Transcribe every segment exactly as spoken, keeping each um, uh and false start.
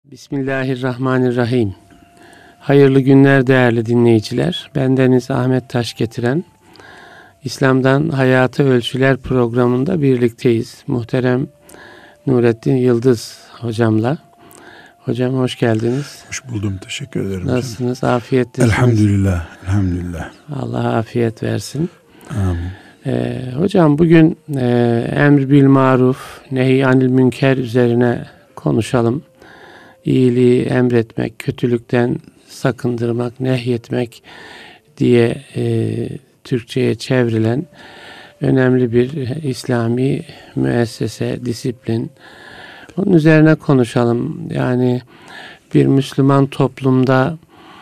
Bismillahirrahmanirrahim. Hayırlı günler değerli dinleyiciler. Bendeniz Ahmet Taş getiren İslam'dan Hayata Ölçüler programında birlikteyiz. Muhterem Nurettin Yıldız hocamla. Hocam hoş geldiniz. Hoş buldum. Teşekkür ederim. Nasılsınız? Afiyettesiniz. Elhamdülillah. Elhamdülillah. Allah afiyet versin. Amin. Ee, hocam bugün e, emr bil maruf, nehy anil münker üzerine konuşalım. İyiliği emretmek, kötülükten sakındırmak, nehyetmek diye e, Türkçe'ye çevrilen önemli bir İslami müessese, disiplin. Onun üzerine konuşalım. Yani bir Müslüman toplumda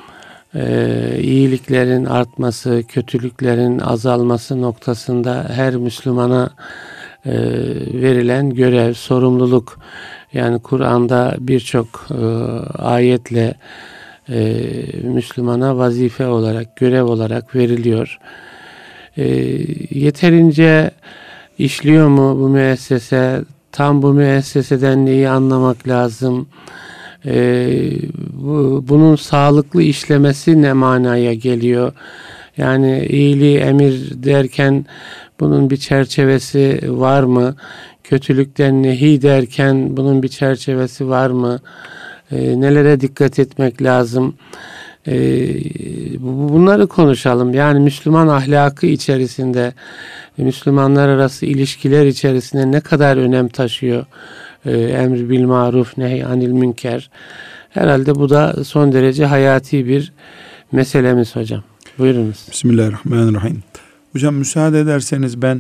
e, iyiliklerin artması, kötülüklerin azalması noktasında her Müslümana e, verilen görev, sorumluluk. Yani Kur'an'da birçok e, ayetle e, Müslümana vazife olarak, görev olarak veriliyor. E, yeterince işliyor mu bu müessese? Tam bu müesseseden neyi anlamak lazım? E, bu, bunun sağlıklı işlemesi ne manaya geliyor? Yani iyiliği emir derken bunun bir çerçevesi var mı? Kötülükten nehy derken bunun bir çerçevesi var mı? E, nelere dikkat etmek lazım? E, bunları konuşalım. Yani Müslüman ahlakı içerisinde, Müslümanlar arası ilişkiler içerisinde ne kadar önem taşıyor e, emr bil maruf, nehy anil münker? Herhalde bu da son derece hayati bir meselemiz hocam. Buyurunuz. Bismillahirrahmanirrahim. Hocam müsaade ederseniz ben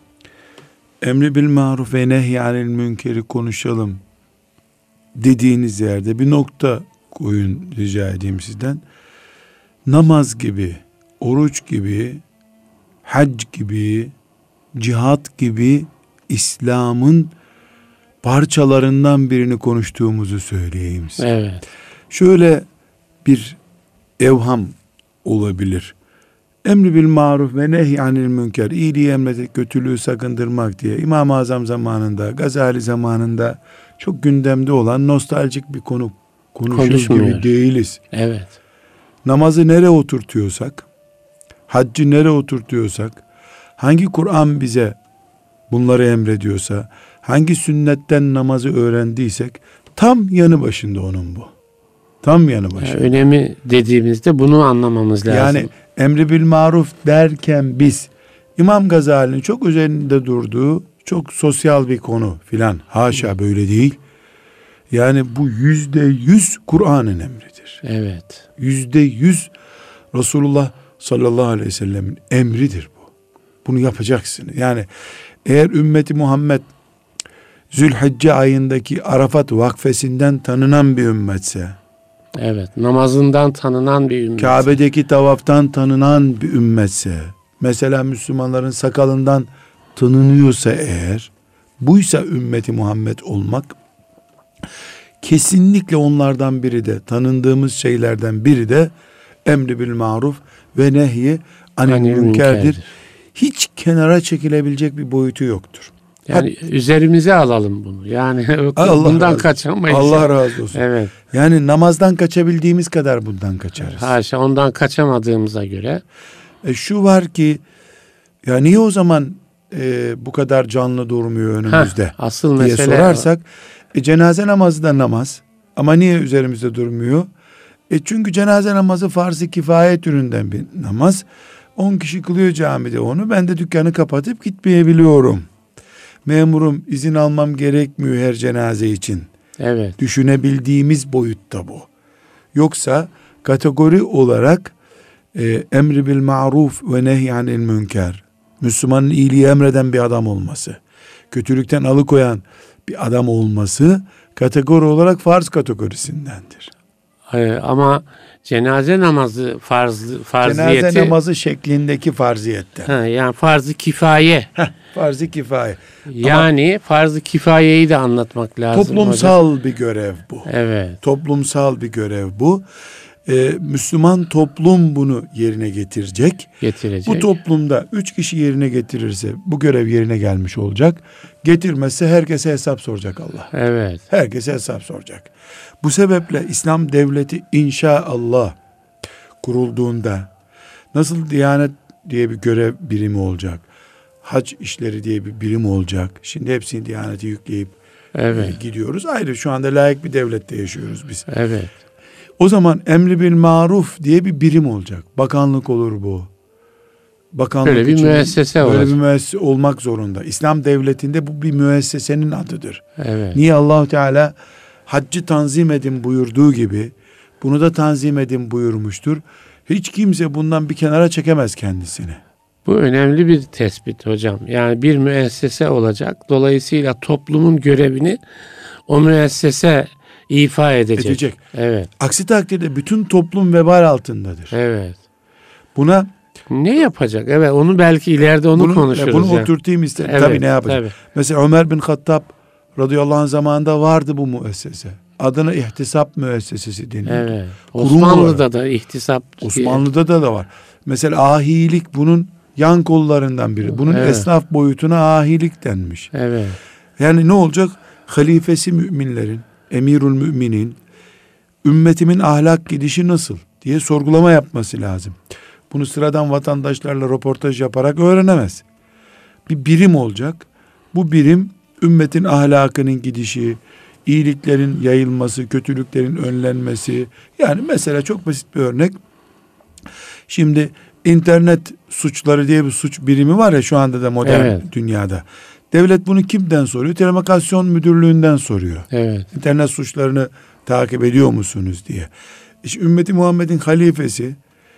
emri bil maruf ve nehy anil münkeri konuşalım dediğiniz yerde bir nokta koyun rica edeyim sizden. Namaz gibi, oruç gibi, hac gibi, cihat gibi İslam'ın parçalarından birini konuştuğumuzu söyleyeyim size. Evet. Şöyle bir evham olabilir. Emri bil maruf ve nehy anil münker, iyiliği emretmek, kötülüğü sakındırmak diye İmam-ı Azam zamanında, Gazali zamanında çok gündemde olan nostaljik bir konu konuşur gibi değiliz. Evet. Namazı nereye oturtuyorsak, haccı nereye oturtuyorsak, hangi Kur'an bize bunları emrediyorsa, hangi sünnetten namazı öğrendiysek tam yanı başında onun bu. Tam yanı başında. Yani önemi dediğimizde bunu anlamamız lazım. Yani emri bil maruf derken biz İmam Gazali'nin çok üzerinde durduğu çok sosyal bir konu filan. Haşa böyle değil. Yani bu yüzde yüz Kur'an'ın emridir. Evet. Yüzde yüz Resulullah sallallahu aleyhi ve sellemin emridir bu. Bunu yapacaksın. Yani eğer ümmeti Muhammed Zülhicce ayındaki Arafat vakfesinden tanınan bir ümmetse, evet, namazından tanınan bir ümmet, Kabe'deki tavaftan tanınan bir ümmetse, mesela Müslümanların sakalından tanınıyorsa eğer, buysa ümmeti Muhammed olmak, kesinlikle onlardan biri de, tanındığımız şeylerden biri de emri bil maruf ve nehy anil münkerdir. Hiç kenara çekilebilecek bir boyutu yoktur. Yani Hat, üzerimize alalım bunu. Yani Allah bundan kaçamayız. Allah razı olsun. Evet. Yani namazdan kaçabildiğimiz kadar bundan kaçarız. Haşa, ondan kaçamadığımıza göre. E şu var ki, ya niye o zaman e, bu kadar canlı durmuyor önümüzde? Heh, asıl diye mesele sorarsak, e, cenaze namazı da namaz. Ama niye üzerimizde durmuyor? E çünkü cenaze namazı farz-ı kifaye türünden bir namaz. On kişi kılıyor camide onu. Ben de dükkanı kapatıp gitmeyebiliyorum. Memurum, izin almam gerekmiyor her cenaze için. Evet. Düşünebildiğimiz boyutta bu. Yoksa kategori olarak e, emri bil maruf ve nehy anil münker, Müslümanın iyiliği emreden bir adam olması, kötülükten alıkoyan bir adam olması kategori olarak farz kategorisindendir. Ee, ama cenaze namazı farz, farziyeti. Cenaze namazı şeklindeki farziyetten. Ha, yani farz-ı kifaye. Heh, farz-ı kifaye. Yani ama farz-ı kifayeyi de anlatmak lazım. Toplumsal hocam. bir görev bu. Evet. Toplumsal bir görev bu. Ee, Müslüman toplum bunu yerine getirecek. Getirecek. Bu toplumda üç kişi yerine getirirse bu görev yerine gelmiş olacak. Getirmezse herkese hesap soracak Allah. Evet. Herkese hesap soracak. Bu sebeple İslam devleti inşallah kurulduğunda nasıl Diyanet diye bir görev birimi olacak, hac işleri diye bir birim olacak. Şimdi hepsini Diyanete yükleyip evet. e, gidiyoruz. Ayrı şu anda layık bir devlette yaşıyoruz biz. Evet. O zaman emri bil maruf diye bir birim olacak. Bakanlık olur bu. Bakanlık böyle bir için müessese böyle olacak. bir müessese olmak zorunda. İslam devletinde bu bir müessesenin adıdır. Evet. Niye Allah Teala haccı tanzim edin buyurduğu gibi bunu da tanzim edin buyurmuştur. Hiç kimse bundan bir kenara çekemez kendisini. Bu önemli bir tespit hocam. Yani bir müessese olacak. Dolayısıyla toplumun görevini o müessese ifa edecek. Edecek. Evet. Aksi takdirde bütün toplum vebal altındadır. Evet. Buna ne yapacak? Evet, onu belki ileride onu bunu, konuşuruz. Bunu yani. oturtayım istedim. Evet, tabii ne yapacak? Tabii. Mesela Ömer bin Hattab radıyallahu anh zamanında vardı bu müessese. Adına ihtisap müessesesi deniyor. Evet. Kurum Osmanlı'da olarak. da ihtisap. Osmanlı'da da da var. Mesela ahilik bunun yan kollarından biri. Bunun Evet. esnaf boyutuna ahilik denmiş. Evet. Yani ne olacak? Halifesi müminlerin, emirül müminin, ümmetimin ahlak gidişi nasıl diye sorgulama yapması lazım. Bunu sıradan vatandaşlarla röportaj yaparak öğrenemez. Bir birim olacak. Bu birim ümmetin ahlakının gidişi, iyiliklerin yayılması, kötülüklerin önlenmesi. Yani mesela çok basit bir örnek. Şimdi internet suçları diye bir suç birimi var ya şu anda da modern Evet. dünyada. Devlet bunu kimden soruyor? Telekomünikasyon Müdürlüğü'nden soruyor. Evet. İnternet suçlarını takip ediyor musunuz diye. İşte ümmeti Muhammed'in halifesi,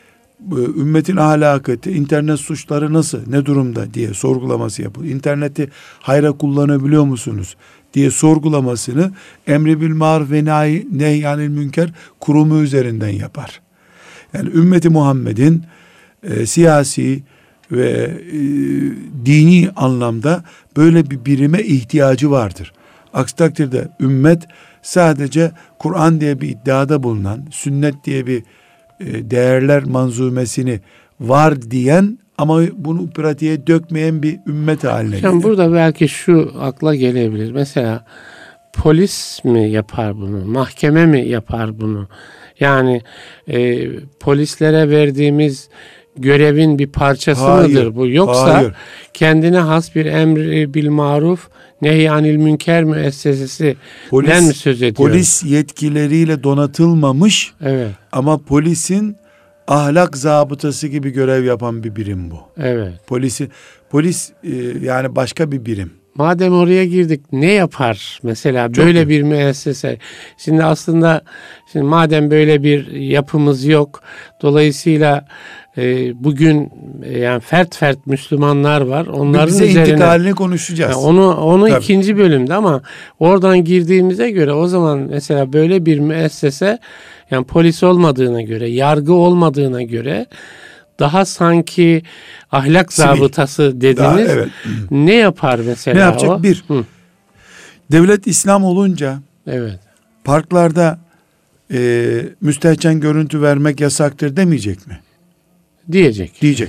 ümmetin ahlakı, internet suçları nasıl, ne durumda diye sorgulaması yapılıyor. İnterneti hayra kullanabiliyor musunuz diye sorgulamasını emri bil maruf ve nehyanil münker kurumu üzerinden yapar. Yani ümmeti Muhammed'in e, siyasi ve e, dini anlamda böyle bir birime ihtiyacı vardır. Aksi takdirde ümmet sadece Kur'an diye bir iddiada bulunan, sünnet diye bir e, değerler manzumesini var diyen ama bunu pratiğe dökmeyen bir ümmet haline gelir. Şimdi burada belki şu akla gelebilir. Mesela polis mi yapar bunu? Mahkeme mi yapar bunu? Yani e, polislere verdiğimiz görevin bir parçası Hayır, mıdır bu? Yoksa hayır. kendine has bir emri bil maruf nehyanil münker müessesesi Polis, mi söz ediyor? polis yetkileriyle donatılmamış Evet. ama polisin ahlak zabıtası gibi görev yapan bir birim bu. Evet. Polisi, polis e, yani başka bir birim. Madem oraya girdik ne yapar mesela Çok böyle iyi. bir müessese? Şimdi aslında şimdi madem böyle bir yapımız yok, dolayısıyla e, bugün e, yani fert fert Müslümanlar var. Onların Bize üzerine intikalini konuşacağız. yani onu onu Tabii. ikinci bölümde ama oradan girdiğimize göre o zaman mesela böyle bir müessese yani polis olmadığına göre, yargı olmadığına göre daha sanki ahlak Sivil. zabıtası dediniz. Daha, evet. Ne yapar mesela Ne yapacak? o? Bir, Hı, devlet İslam olunca evet. parklarda e, müstehcen görüntü vermek yasaktır demeyecek mi? Diyecek. Diyecek.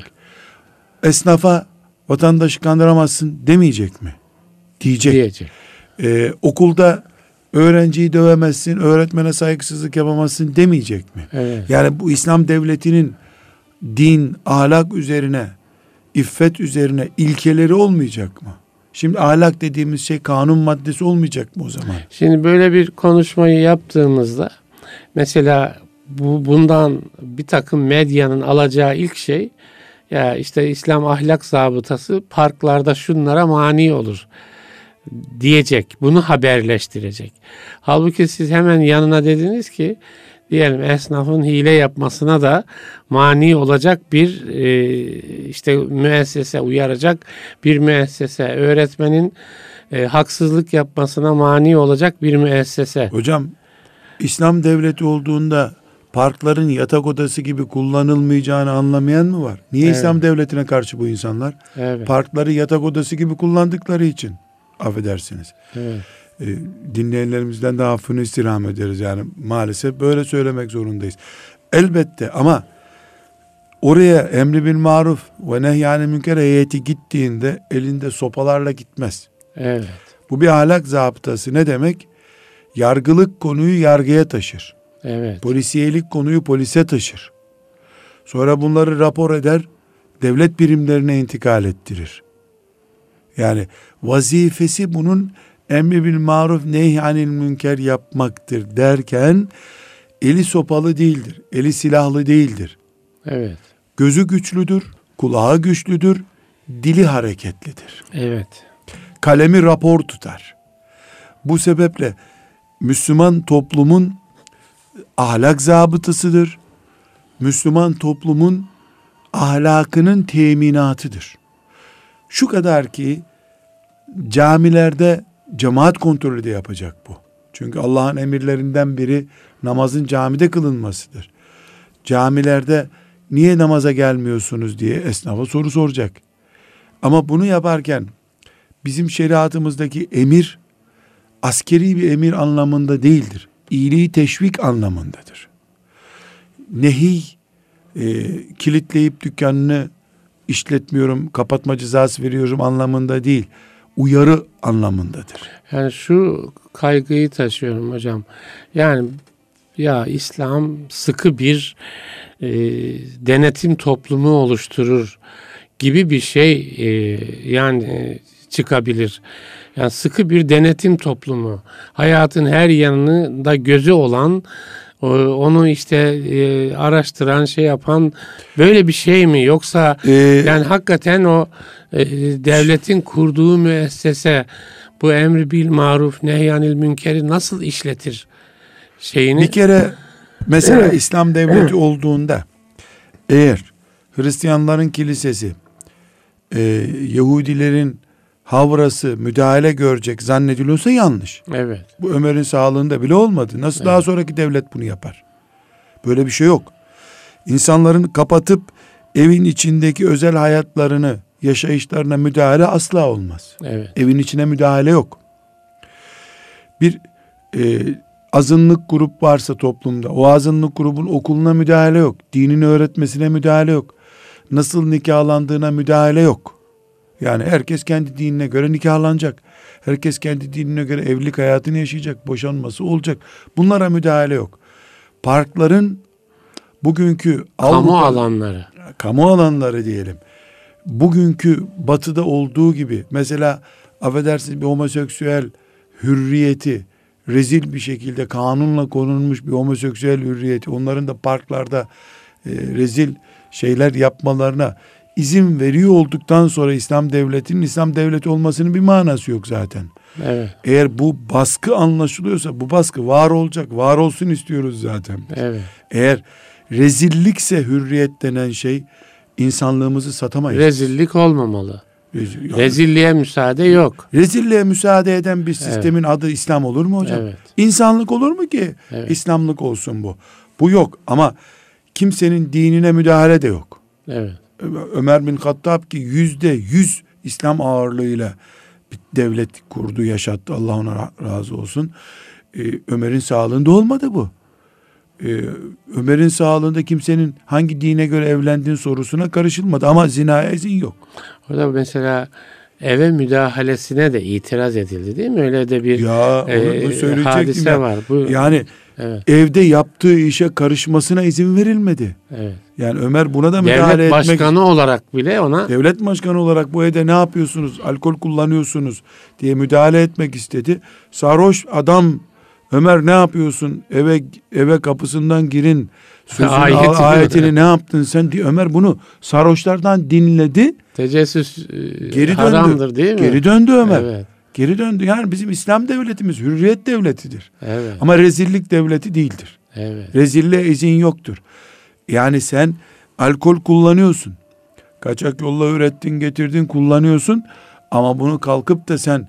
Esnafa vatandaşı kandıramazsın demeyecek mi? Diyecek. Diyecek. E, okulda öğrenciyi dövemezsin, öğretmene saygısızlık yapamazsın demeyecek mi? Evet. Yani bu İslam devletinin din, ahlak üzerine, iffet üzerine ilkeleri olmayacak mı? Şimdi ahlak dediğimiz şey kanun maddesi olmayacak mı o zaman? Şimdi böyle bir konuşmayı yaptığımızda mesela bu bundan bir takım medyanın alacağı ilk şey ya işte İslam ahlak zabıtası parklarda şunlara mani olur diyecek. Bunu haberleştirecek. Halbuki siz hemen yanına dediniz ki diyelim esnafın hile yapmasına da mani olacak bir e, işte müessese, uyaracak bir müessese, öğretmenin e, haksızlık yapmasına mani olacak bir müessese. Hocam İslam devleti olduğunda parkların yatak odası gibi kullanılmayacağını anlamayan mı var? Niye Evet. İslam devletine karşı bu insanlar? Evet. Parkları yatak odası gibi kullandıkları için. Affedersiniz. Evet. E, dinleyenlerimizden de affını istirham ederiz yani maalesef böyle söylemek zorundayız. Elbette, ama oraya emri bil maruf ve nehyanil münker heyeti gittiğinde elinde sopalarla gitmez. Evet. Bu bir ahlak zabıtası. Ne demek? Yargılık konuyu yargıya taşır. Evet. Polisiyelik konuyu polise taşır. Sonra bunları rapor eder, devlet birimlerine intikal ettirir. Yani vazifesi bunun emri bil maruf nehyanil münker yapmaktır derken eli sopalı değildir, eli silahlı değildir. Evet. Gözü güçlüdür, kulağı güçlüdür, dili hareketlidir. Evet. Kalemi rapor tutar. Bu sebeple Müslüman toplumun ahlak zabıtasıdır. Müslüman toplumun ahlakının teminatıdır. Şu kadar ki camilerde cemaat kontrolü de yapacak bu. Çünkü Allah'ın emirlerinden biri namazın camide kılınmasıdır. Camilerde niye namaza gelmiyorsunuz diye esnafa soru soracak. Ama bunu yaparken bizim şeriatımızdaki emir askeri bir emir anlamında değildir. İyiliği teşvik anlamındadır. Nehiy e, kilitleyip dükkanını işletmiyorum, kapatma cezası veriyorum anlamında değil. Uyarı anlamındadır. Yani şu kaygıyı taşıyorum hocam. Yani ya İslam sıkı bir e, denetim toplumu oluşturur gibi bir şey e, yani e, çıkabilir. Yani sıkı bir denetim toplumu, hayatın her yanında gözü olan, onu işte e, araştıran, şey yapan böyle bir şey mi? Yoksa ee, yani hakikaten o e, devletin kurduğu müessese bu emri bil maruf nehyanil münkeri nasıl işletir şeyini? Bir kere mesela İslam devleti olduğunda eğer Hristiyanların kilisesi, e, Yahudilerin havrası müdahale görecek zannediliyorsa yanlış. Evet. Bu Ömer'in sağlığında bile olmadı. Nasıl evet. Daha sonraki devlet bunu yapar? Böyle bir şey yok. İnsanların kapatıp evin içindeki özel hayatlarını, yaşayışlarına müdahale asla olmaz. Evet. Evin içine müdahale yok. Bir e, azınlık grup varsa toplumda, o azınlık grubun okuluna müdahale yok. Dinini öğretmesine müdahale yok. Nasıl nikahlandığına müdahale yok. Yani herkes kendi dinine göre nikahlanacak. Herkes kendi dinine göre evlilik hayatını yaşayacak. Boşanması olacak. Bunlara müdahale yok. Parkların bugünkü kamu Avrupa, alanları. Kamu alanları diyelim. Bugünkü batıda olduğu gibi mesela affedersiniz bir homoseksüel hürriyeti rezil bir şekilde kanunla konulmuş bir homoseksüel hürriyeti onların da parklarda e, rezil şeyler yapmalarına izin veriyor olduktan sonra İslam devletinin İslam devleti olmasının bir manası yok zaten. Evet. Eğer bu baskı anlaşılıyorsa bu baskı var olacak. Var olsun istiyoruz zaten. Evet. Eğer rezillikse hürriyet denen şey insanlığımızı satamayız. Rezillik olmamalı. Rezil, yani, Rezilliğe müsaade yok. Rezilliğe müsaade eden bir sistemin evet. adı İslam olur mu hocam? Evet. İnsanlık olur mu ki? Evet. İslamlık olsun bu. Bu yok ama kimsenin dinine müdahale de yok. Evet. Ömer bin Hattab ki yüzde yüz İslam ağırlığıyla bir devlet kurdu, yaşattı. Allah ona razı olsun. Ee, Ömer'in sağlığında olmadı bu. Ee, Ömer'in sağlığında kimsenin hangi dine göre evlendiğin sorusuna karışılmadı. Ama zinaya izin yok. Orada mesela eve müdahalesine de itiraz edildi değil mi? Öyle de bir ya, e, hadise ya. var. Bu, yani evet. evde yaptığı işe karışmasına izin verilmedi. Evet. Yani Ömer buna da müdahale devlet etmek. Devlet başkanı olarak bile ona. Devlet başkanı olarak bu evde ne yapıyorsunuz? Alkol kullanıyorsunuz diye müdahale etmek istedi. Sarhoş adam Ömer ne yapıyorsun? Eve eve kapısından girin. Sözün Ayeti ayetini ne yaptın sen diye Ömer bunu sarhoşlardan dinledi. Tecessüs geri haramdır döndü. değil mi? Geri döndü Ömer. Evet. Geri döndü. Yani bizim İslam devletimiz hürriyet devletidir. Evet. Ama rezillik devleti değildir. Evet. Rezilliğe izin yoktur. Yani sen alkol kullanıyorsun. Kaçak yolla ürettin, getirdin, kullanıyorsun. Ama bunu kalkıp da sen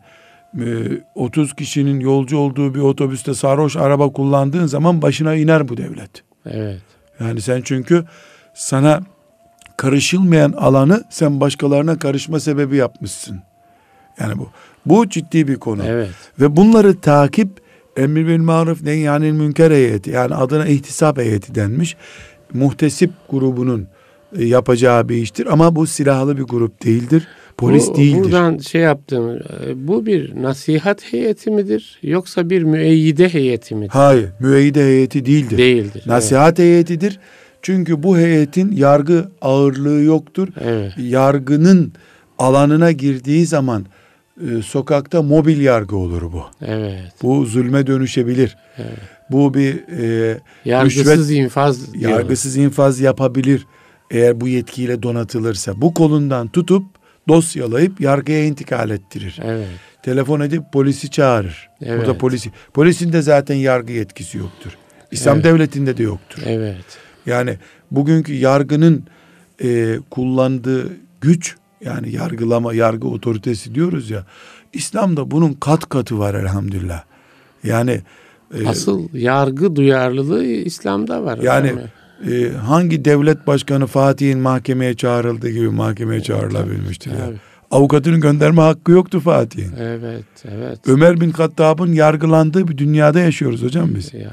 otuz kişinin yolcu olduğu bir otobüste sarhoş araba kullandığın zaman başına iner bu devlet. Evet. Yani sen çünkü sana karışılmayan alanı sen başkalarına karışma sebebi yapmışsın. Yani bu bu ciddi bir konu. Evet. Ve bunları takip emri bil maruf nehyanil münker heyeti, yani adına ihtisap heyeti denmiş. muhtesip grubunun e, yapacağı bir iştir ama bu silahlı bir grup değildir. Polis bu, değildir. Buradan şey yaptım. Bu bir nasihat heyeti midir yoksa bir müeyyide heyeti midir? Hayır, müeyyide heyeti değildir. Değildir. Nasihat evet. heyetidir. Çünkü bu heyetin yargı ağırlığı yoktur. Evet. Yargının alanına girdiği zaman e, sokakta mobil yargı olur bu. Evet. Bu zulme dönüşebilir. Evet. Bu bir e, yargısız rüşvet, infaz diyorlar. yargısız infaz yapabilir. Eğer bu yetkiyle donatılırsa bu kolundan tutup dosyalayıp yargıya intikal ettirir. Evet. Telefon edip polisi çağırır. Evet. O da polisi. Polisin de zaten yargı yetkisi yoktur. İslam evet. devletinde de yoktur. Evet. Yani bugünkü yargının e, kullandığı güç, yani yargılama, yargı otoritesi diyoruz ya. İslam'da bunun kat katı var elhamdülillah. Yani e, asıl yargı duyarlılığı İslam'da var. Yani e, hangi devlet başkanı Fatih'in mahkemeye çağrıldığı gibi mahkemeye çağrılabilmiştir ya. Evet. Avukatını gönderme hakkı yoktu Fatih'in. Evet, evet. Ömer bin Hattab'ın yargılandığı bir dünyada yaşıyoruz hocam biz. Ya.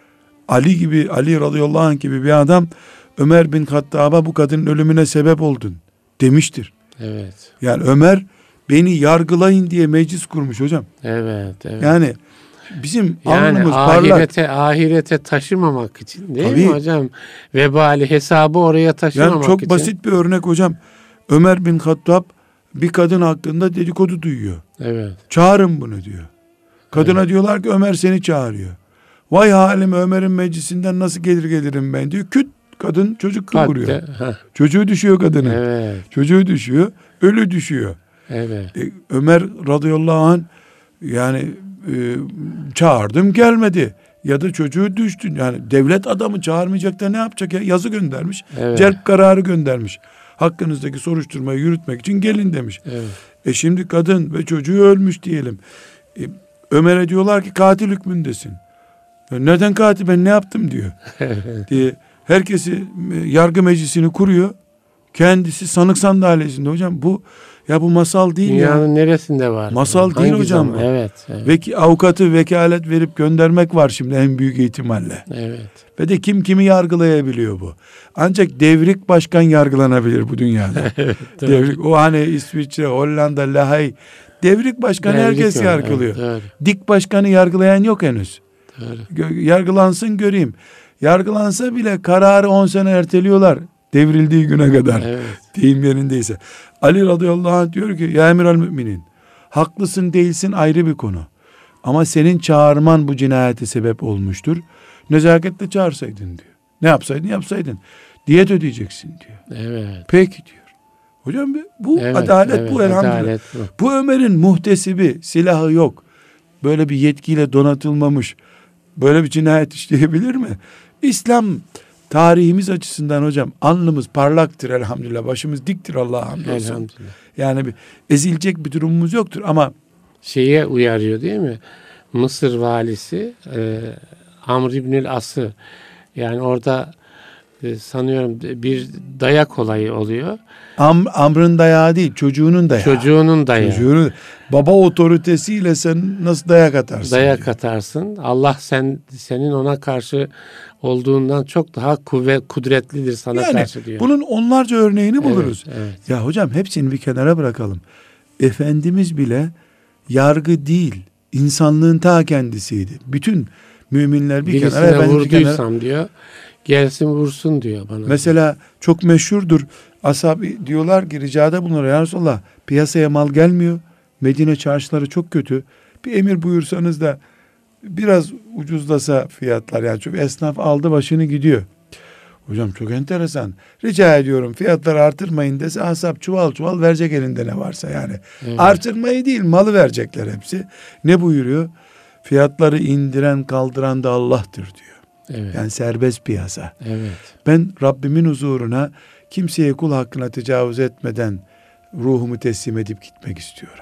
Ali gibi, Ali radıyallahu anh gibi bir adam Ömer bin Hattab'a bu kadının ölümüne sebep oldun demiştir. Evet. Yani Ömer beni yargılayın diye meclis kurmuş hocam. Evet, evet. Yani bizim yani alnımız ahirete, parlak. ahirete taşımamak için değil Tabii. mi hocam? Vebali hesabı oraya taşımamak Yani çok için. basit bir örnek hocam. Ömer bin Hattab bir kadın hakkında dedikodu duyuyor. Evet. Çağırın bunu diyor. Kadına evet. diyorlar ki Ömer seni çağırıyor. Vay halim, Ömer'in meclisinden nasıl gelir gelirim ben diyor. Küt, kadın çocuk kıvırıyor. Çocuğu düşüyor kadının. Evet. Çocuğu düşüyor, ölü düşüyor. Evet. E, Ömer radıyallahu anh yani e, çağırdım gelmedi. Ya da çocuğu düştü. Yani devlet adamı çağırmayacak da ne yapacak ya? Yazı göndermiş. Evet. Celp kararı göndermiş. Hakkınızdaki soruşturmayı yürütmek için gelin demiş. Evet. E şimdi kadın ve çocuğu ölmüş diyelim. E, Ömer'e diyorlar ki katil hükmündesin. E, neden katil, ben ne yaptım diyor. diye herkesi yargı meclisini kuruyor. Kendisi sanık sandalyesinde hocam. Bu ya bu masal değil. Dünyanın ya. Dünyanın neresinde var? Masal değil Hangi hocam zaman? bu. Evet. evet. Ve avukatı vekalet verip göndermek var şimdi en büyük ihtimalle. Evet. Ve de kim kimi yargılayabiliyor bu. Ancak devrik başkan yargılanabilir bu dünyada. evet, devrik, o hani İsviçre, Hollanda, Lahay. Devrik başkanı devrik herkes öyle. yargılıyor. Evet, dik başkanı yargılayan yok henüz. Doğru. Yargılansın göreyim. Yargılansa bile kararı on sene erteliyorlar. Devrildiği güne kadar. Evet. Deyim yerindeyse. Ali radıyallahu anh diyor ki ya emir al müminin, haklısın değilsin ayrı bir konu. Ama senin çağırman bu cinayete sebep olmuştur. Nezaketle çağırsaydın diyor. Ne yapsaydın yapsaydın. Diyet ödeyeceksin diyor. Evet. Peki diyor. Hocam bu evet, adalet evet, bu elhamdülillah. Adalet bu. bu Ömer'in muhtesibi, silahı yok. Böyle bir yetkiyle donatılmamış. Böyle bir cinayet işleyebilir mi? İslam tarihimiz açısından hocam alnımız parlaktır elhamdülillah. Başımız diktir Allah'a hamdolsun. Yani bir, ezilecek bir durumumuz yoktur ama şeye uyarıyor değil mi? Mısır valisi e, Amr İbnül As'ı, yani orada e, sanıyorum bir dayak olayı oluyor. Am, Amr'ın dayağı değil, çocuğunun dayağı. Çocuğunun dayağı. Çocuğunun, baba otoritesiyle sen nasıl dayak atarsın? Dayak diyor. atarsın. Allah sen senin ona karşı olduğundan çok daha kuvvet kudretlidir sana yani, karşı diyor. Bunun onlarca örneğini buluruz. Evet, evet. Ya hocam hepsini bir kenara bırakalım. Efendimiz bile yargı değil, insanlığın ta kendisiydi. Bütün müminler bir birisine kenara, ben vurduysam bir kenara, diyor, gelsin vursun diyor bana. Mesela çok meşhurdur. Ashab diyorlar ki ricada bulunur ya Resulallah, piyasaya mal gelmiyor. Medine çarşıları çok kötü. Bir emir buyursanız da biraz ucuzlasa fiyatlar, yani çok esnaf aldı başını gidiyor. Hocam çok enteresan. Rica ediyorum fiyatları artırmayın dese ashab çuval çuval verecek elinde ne varsa yani. Evet. Artırmayı değil, malı verecekler hepsi. Ne buyuruyor? Fiyatları indiren kaldıran da Allah'tır diyor. Evet. Yani serbest piyasa. Evet. Ben Rabbimin huzuruna kimseye kul hakkına tecavüz etmeden ruhumu teslim edip gitmek istiyorum.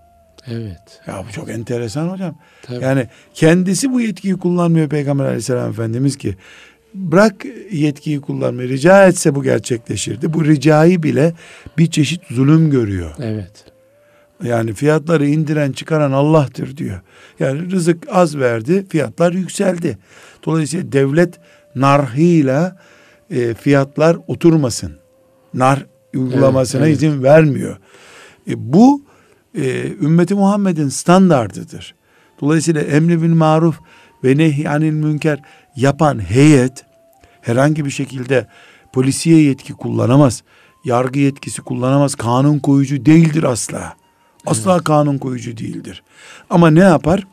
Evet. Ya bu çok enteresan hocam. Tabii. Yani kendisi bu yetkiyi kullanmıyor Peygamber Aleyhisselam Efendimiz ki. Bırak yetkiyi kullanmayı, rica etse bu gerçekleşirdi. Bu ricayı bile bir çeşit zulüm görüyor. Evet. Yani fiyatları indiren çıkaran Allah'tır diyor. Yani rızık az verdi, fiyatlar yükseldi. Dolayısıyla devlet narhıyla e, fiyatlar oturmasın. Nar uygulamasına Evet, evet. izin vermiyor. E, bu e, ümmeti Muhammed'in standardıdır. Dolayısıyla emri bil maruf ve nehyanil münker yapan heyet herhangi bir şekilde polisiye yetki kullanamaz. Yargı yetkisi kullanamaz. Kanun koyucu değildir asla. Asla evet. kanun koyucu değildir. Ama ne yapar?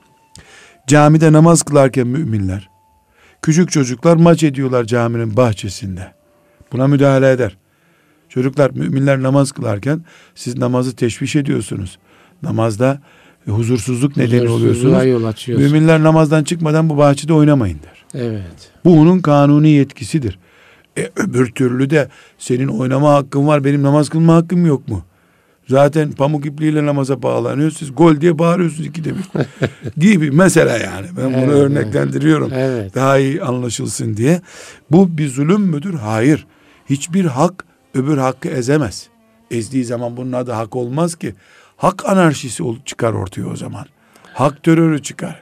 Camide namaz kılarken müminler, küçük çocuklar maç ediyorlar caminin bahçesinde. Buna müdahale eder. Çocuklar, müminler namaz kılarken siz namazı teşviş ediyorsunuz. Namazda huzursuzluk nedeni oluyorsunuz. Müminler namazdan çıkmadan bu bahçede oynamayın der. Evet. Bu onun kanuni yetkisidir. E, öbür türlü de senin oynama hakkın var, benim namaz kılma hakkım yok mu? Zaten pamuk ipliğiyle namaza bağlanıyor. Siz gol diye bağırıyorsunuz ikide bir. Gibi mesela yani. Ben bunu evet, örneklendiriyorum. Evet. Daha iyi anlaşılsın diye. Bu bir zulüm müdür? Hayır. Hiçbir hak öbür hakkı ezemez. Ezdiği zaman bunun adı hak olmaz ki. Hak anarşisi çıkar ortaya o zaman. Hak terörü çıkar.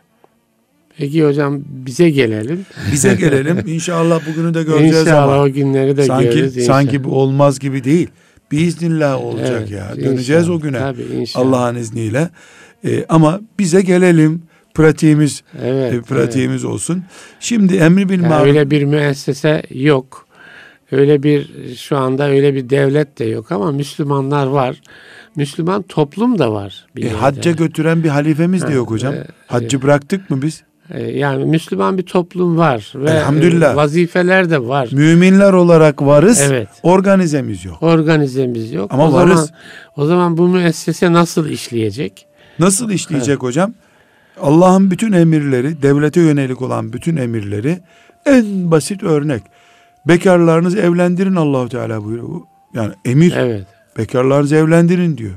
Peki hocam bize gelelim. Bize gelelim. İnşallah bugünü de göreceğiz İnşallah ama. İnşallah o günleri de sanki, görürüz. İnşallah. Sanki bu olmaz gibi değil. Biiznillah olacak evet, ya. Döneceğiz inşallah, o güne. Allah'ın izniyle. Ee, ama bize gelelim. Pratiğimiz evet, e, pratiğimiz evet. olsun. Şimdi emri bil maruf. Öyle bir müessese yok. Öyle bir şu anda öyle bir devlet de yok ama Müslümanlar var. Müslüman toplum da var. E, hacca götüren bir halifemiz ha, de yok hocam. E, Haccı e, bıraktık mı biz? Yani Müslüman bir toplum var ve elhamdülillah vazifeler de var. Müminler olarak varız. Evet. Organizemiz yok. Organizemiz yok. Ama o varız. Zaman, o zaman bu müessese nasıl işleyecek? Nasıl işleyecek evet. hocam? Allah'ın bütün emirleri, devlete yönelik olan bütün emirleri en basit örnek. Bekarlarınızı evlendirin Allahu Teala buyuruyor. Yani emir. Evet. Bekarlarınızı evlendirin diyor.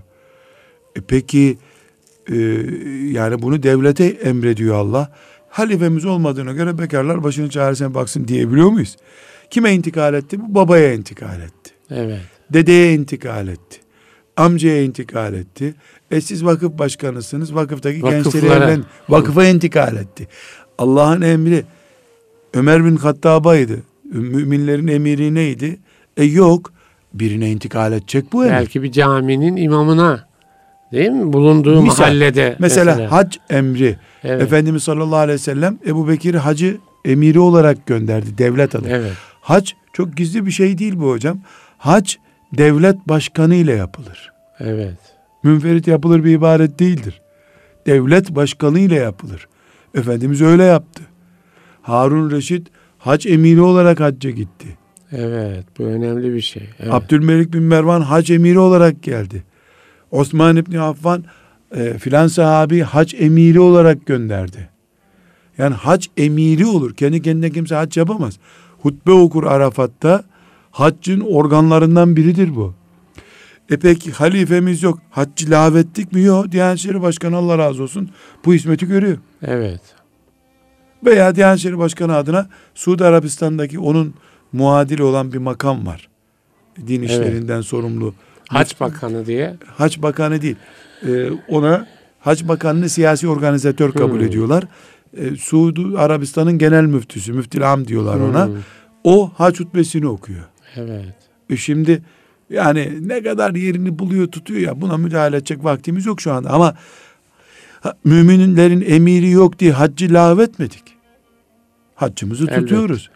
E peki e, yani bunu devlete emrediyor Allah. Halifemiz olmadığına göre bekarlar başının çaresine baksın diyebiliyor muyuz? Kime intikal etti? Bu babaya intikal etti. Evet. Dedeye intikal etti. Amcaya intikal etti. E siz vakıf başkanısınız. Vakıftaki gençleri evlen, vakıfa intikal etti. Allah'ın emri Ömer bin Hattab'aydı. Müminlerin emiri neydi? E yok. Birine intikal edecek bu emir. Belki bir caminin imamına. Değil mi? Bulunduğu Misal, mahallede. Mesela, mesela hac emri. Evet. Efendimiz sallallahu aleyhi ve sellem Ebu Bekir'i hacı emiri olarak gönderdi. Devlet adına. Evet. Hac çok gizli bir şey değil bu hocam. Hac devlet başkanı ile yapılır. Evet. Münferit yapılır bir ibaret değildir. Devlet başkanı ile yapılır. Efendimiz öyle yaptı. Harun Reşit hac emiri olarak hacca gitti. Evet, bu önemli bir şey. Evet. Abdülmelik bin Mervan hac emiri olarak geldi. Osman İbni Affan e, filan sahabi hac emiri olarak gönderdi. Yani hac emiri olur. Kendi kendine kimse hac yapamaz. Hutbe okur Arafat'ta. Haccın organlarından biridir bu. E peki halifemiz yok. Haccı lağvettik mi? Yok. Diyanet İşleri Başkanı Allah razı olsun bu hizmeti görüyor. Evet. Veya Diyanet İşleri Başkanı adına Suudi Arabistan'daki onun muadili olan bir makam var. Din işlerinden evet. sorumlu. Hac Bakanı diye. Hac Bakanı değil. Ee, ona Hac Bakanı'nı siyasi organizatör kabul hmm. ediyorlar. Ee, Suudi Arabistan'ın genel müftüsü, müftül am diyorlar hmm. ona. O hac hutbesini okuyor. Evet. E şimdi yani ne kadar yerini buluyor, tutuyor ya, buna müdahale edecek vaktimiz yok şu anda. Ama müminlerin emiri yok diye haccı lağvetmedik. Haccımızı Elbette. tutuyoruz.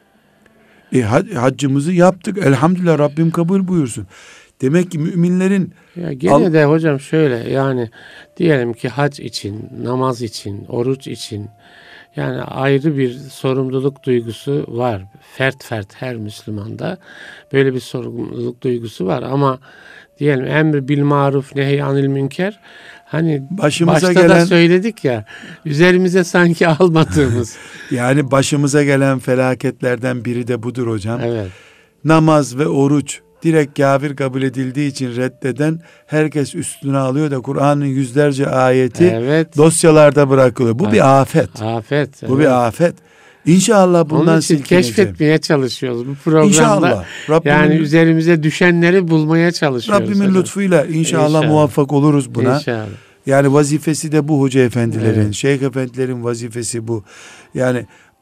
E, haccımızı yaptık. Elhamdülillah, Rabbim kabul buyursun. Demek ki müminlerin... Ya gene al- de hocam şöyle, yani diyelim ki hac için, namaz için, oruç için, yani ayrı bir sorumluluk duygusu var. Fert fert her Müslümanda böyle bir sorumluluk duygusu var. Ama diyelim emri bil maruf nehy anil münker, hani başımıza başta gelen, da söyledik ya, üzerimize sanki almadığımız. Yani başımıza gelen felaketlerden biri de budur hocam. Evet. Namaz ve oruç direkt kafir kabul edildiği için reddeden herkes üstüne alıyor da Kur'an'ın yüzlerce ayeti evet. dosyalarda bırakılıyor. Bu evet. bir afet. Afet. Bu evet. bir afet. İnşallah bundan Onun için keşfetmeye çalışıyoruz bu programda. İnşallah. Rabbimin, yani üzerimize düşenleri bulmaya çalışıyoruz. Rabbimin hocam. lütfuyla inşallah, inşallah muvaffak oluruz buna. İnşallah. Yani vazifesi de bu hoca efendilerin, evet. şeyh efendilerin vazifesi bu. Yani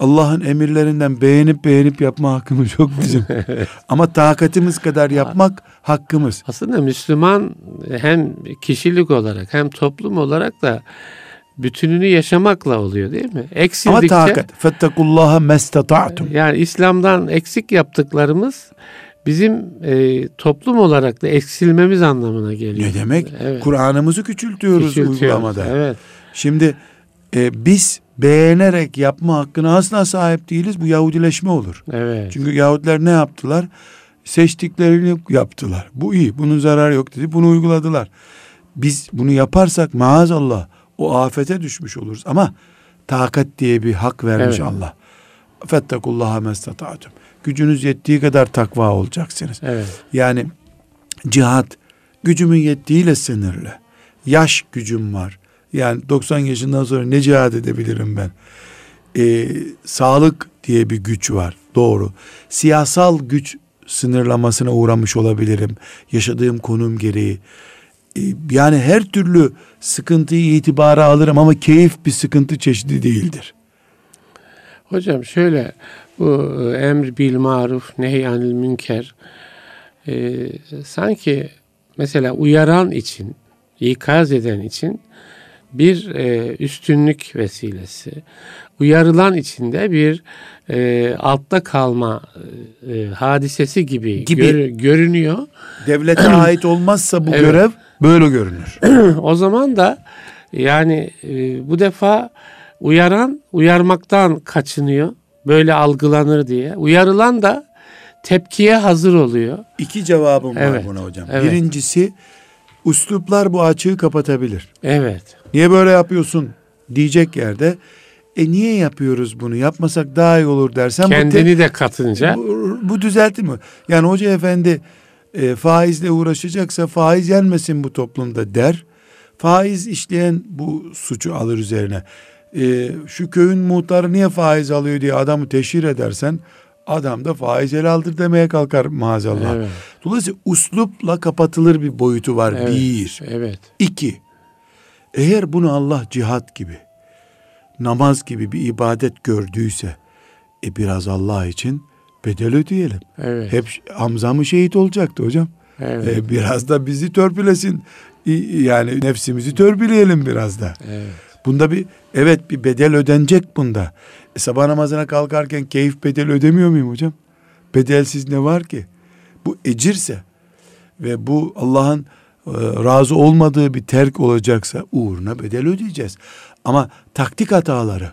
Allah'ın emirlerinden beğenip beğenip yapma hakkımız yok bizim. Evet. Ama takatimiz kadar yapmak hakkımız. Aslında Müslüman hem kişilik olarak hem toplum olarak da bütününü yaşamakla oluyor değil mi? Eksildikçe, ama takat. Fettekullaha mestata'tum. yani İslam'dan eksik yaptıklarımız bizim e, toplum olarak da eksilmemiz anlamına geliyor. Ne demek? Evet. Kur'an'ımızı küçültüyoruz, Küçültüyoruz, uygulamada. Evet. Şimdi e, biz beğenerek yapma hakkına asla sahip değiliz. Bu Yahudileşme olur. Evet. Çünkü Yahudiler ne yaptılar? Seçtiklerini yaptılar. Bu iyi, bunun zararı yok dedi. Bunu uyguladılar. Biz bunu yaparsak maazallah o afete düşmüş oluruz. Ama takat diye bir hak vermiş Evet. Allah. Fettekullaha mestata'tum. Gücünüz yettiği kadar takva olacaksınız. Evet. Yani cihat gücümün yettiğiyle sınırlı. Yaş gücüm var. Yani doksan yaşından sonra ne cihat edebilirim ben? Ee, sağlık diye bir güç var. Doğru. Siyasal güç sınırlamasına uğramış olabilirim. Yaşadığım konum gereği. Ee, yani her türlü sıkıntıyı itibara alırım ama keyif bir sıkıntı çeşidi değildir. Hocam şöyle, bu emr bil maruf nehyanil münker e, sanki mesela uyaran için, ikaz eden için bir e, üstünlük vesilesi, uyarılan için de bir e, altta kalma e, hadisesi gibi, Gibi. gör- görünüyor. Devlete ait olmazsa bu Evet. görev böyle görünür. O zaman da yani e, bu defa uyaran uyarmaktan kaçınıyor. Böyle algılanır diye. Uyarılan da tepkiye hazır oluyor. İki cevabım var Evet, buna hocam. evet. Birincisi, üsluplar bu açığı kapatabilir. Evet. Niye böyle yapıyorsun diyecek yerde, e niye yapıyoruz bunu, yapmasak daha iyi olur dersen, Kendini bu, te- de katınca. bu, bu düzeltir mi? Yani hoca efendi e, faizle uğraşacaksa faiz yenmesin bu toplumda der. Faiz işleyen bu suçu alır üzerine. E, şu köyün muhtarı niye faiz alıyor diye adamı teşhir edersen, adam da faiz el aldır demeye kalkar maazallah. Evet. Dolayısıyla uslupla kapatılır bir boyutu var. Evet. Bir. Evet. İki. Eğer bunu Allah cihat gibi, namaz gibi bir ibadet gördüyse, e biraz Allah için bedel ödeyelim. Evet. Hep Hamza mı şehit olacaktı hocam? Evet. E biraz da bizi törpülesin. İ- Yani nefsimizi törpüleyelim biraz da. Evet. Bunda bir, evet, bir bedel ödenecek bunda. E sabah namazına kalkarken keyif bedel ödemiyor muyum hocam? Bedelsiz ne var ki? Bu ecirse ve bu Allah'ın e, razı olmadığı bir terk olacaksa uğruna bedel ödeyeceğiz. Ama taktik hataları,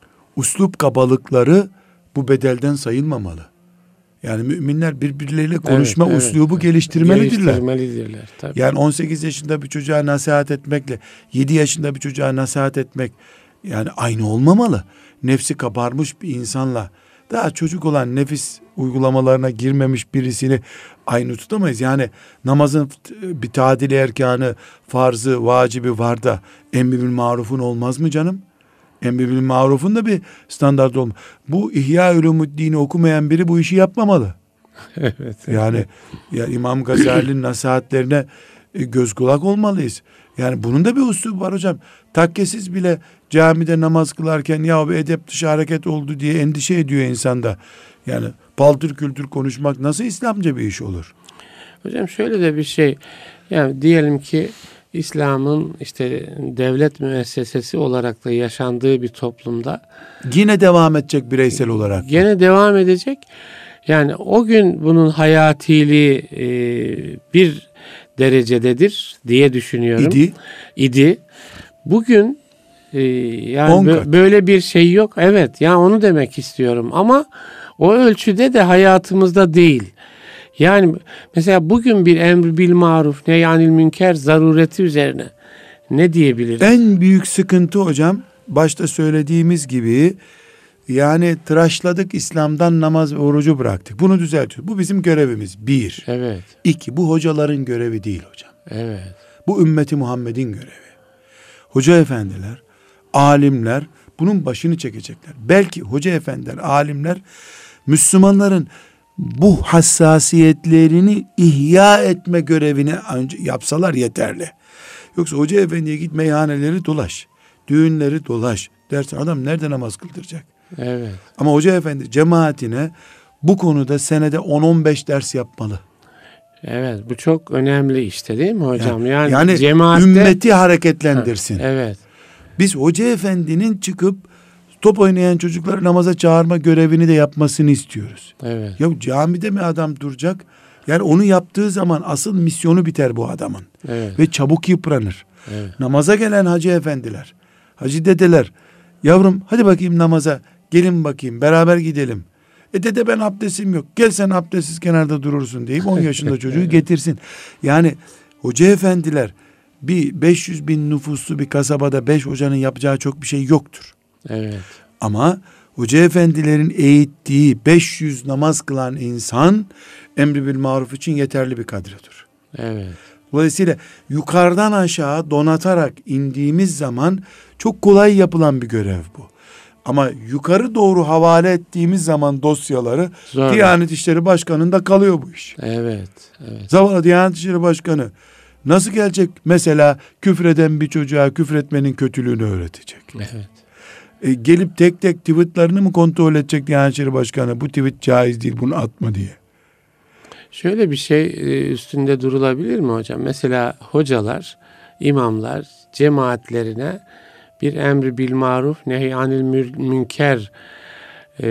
uslup kabalıkları bu bedelden sayılmamalı. Yani müminler birbirleriyle konuşma Evet, uslubu evet. geliştirmelidirler. Geliştirmelidirler. Tabii. Yani on sekiz yaşında bir çocuğa nasihat etmekle yedi yaşında bir çocuğa nasihat etmek yani aynı olmamalı. Nefsi kabarmış bir insanla daha çocuk olan, nefis uygulamalarına girmemiş birisini aynı tutamayız. Yani namazın bir tadili erkanı, farzı, vacibi var da emri bil marufun olmaz mı canım? Emri bil marufun da bir standart olmalı. Bu İhya Ulumuddin'i okumayan biri bu işi yapmamalı. Evet. Yani ya İmam Gazali'nin nasihatlerine e, göz kulak olmalıyız. Yani bunun da bir üslubu var hocam. Takkesiz bile camide namaz kılarken ya bir edep dışı hareket oldu diye endişe ediyor insanda. Yani paltır kültür konuşmak nasıl İslamca bir iş olur? Hocam şöyle de bir şey. Yani diyelim ki İslam'ın işte devlet müessesesi olarak da yaşandığı bir toplumda Yine devam edecek bireysel olarak. gene devam edecek. Yani o gün bunun hayatiliği e, bir derecededir diye düşünüyorum. İdi. İdi. Bugün e, yani On bö- kat. böyle bir şey yok. Evet, yani onu demek istiyorum ama o ölçüde de hayatımızda değil. Yani mesela bugün bir emr bil maruf nehyanil münker zarureti üzerine ne diyebiliriz? En büyük sıkıntı hocam başta söylediğimiz gibi yani tıraşladık İslam'dan, namaz ve orucu bıraktık. Bunu düzeltiyoruz. Bu bizim görevimiz. Bir. Evet, İki. Bu hocaların görevi değil hocam. evet, Bu ümmeti Muhammed'in görevi. Hoca efendiler, alimler bunun başını çekecekler. Belki hoca efendiler, alimler Müslümanların bu hassasiyetlerini ihya etme görevini önce yapsalar yeterli. Yoksa hoca efendiye git meyhaneleri dolaş, düğünleri dolaş dersen adam nerede namaz kıldıracak? Evet. Ama hoca efendi cemaatine bu konuda senede on on beş ders yapmalı. Evet, bu çok önemli işte değil mi hocam? Yani, yani, yani cemaatte ümmeti hareketlendirsin. Ha, evet. Biz hoca efendinin çıkıp top oynayan çocukları namaza çağırma görevini de yapmasını istiyoruz. Evet. Ya camide mi adam duracak? Yani onu yaptığı zaman asıl misyonu biter bu adamın. Evet. Ve çabuk yıpranır. Evet. Namaza gelen hacı efendiler, hacı dedeler, yavrum hadi bakayım namaza, gelin bakayım beraber gidelim. E dede ben abdestim yok, gel sen abdestsiz kenarda durursun deyip on yaşında çocuğu getirsin. Yani hoca efendiler bir beş yüz bin nüfuslu bir kasabada beş hocanın yapacağı çok bir şey yoktur. Evet. Ama hoca efendilerin eğittiği beş yüz namaz kılan insan emri bil maruf için yeterli bir kadrodur. Evet. Dolayısıyla yukarıdan aşağı donatarak indiğimiz zaman çok kolay yapılan bir görev bu. Ama yukarı doğru havale ettiğimiz zaman dosyaları Zor. Diyanet İşleri Başkanı'nda kalıyor bu iş. Evet. Evet. Zavallı Diyanet İşleri Başkanı nasıl gelecek mesela küfreden bir çocuğa küfretmenin kötülüğünü öğretecek? Evet. E, gelip tek tek tweetlerini mi kontrol edecek Diyanet İşleri Başkanı? Bu tweet caiz değil, bunu atma diye. Şöyle bir şey üstünde durulabilir mi hocam? Mesela hocalar, imamlar cemaatlerine bir emri bil maruf, nehy anil münker e,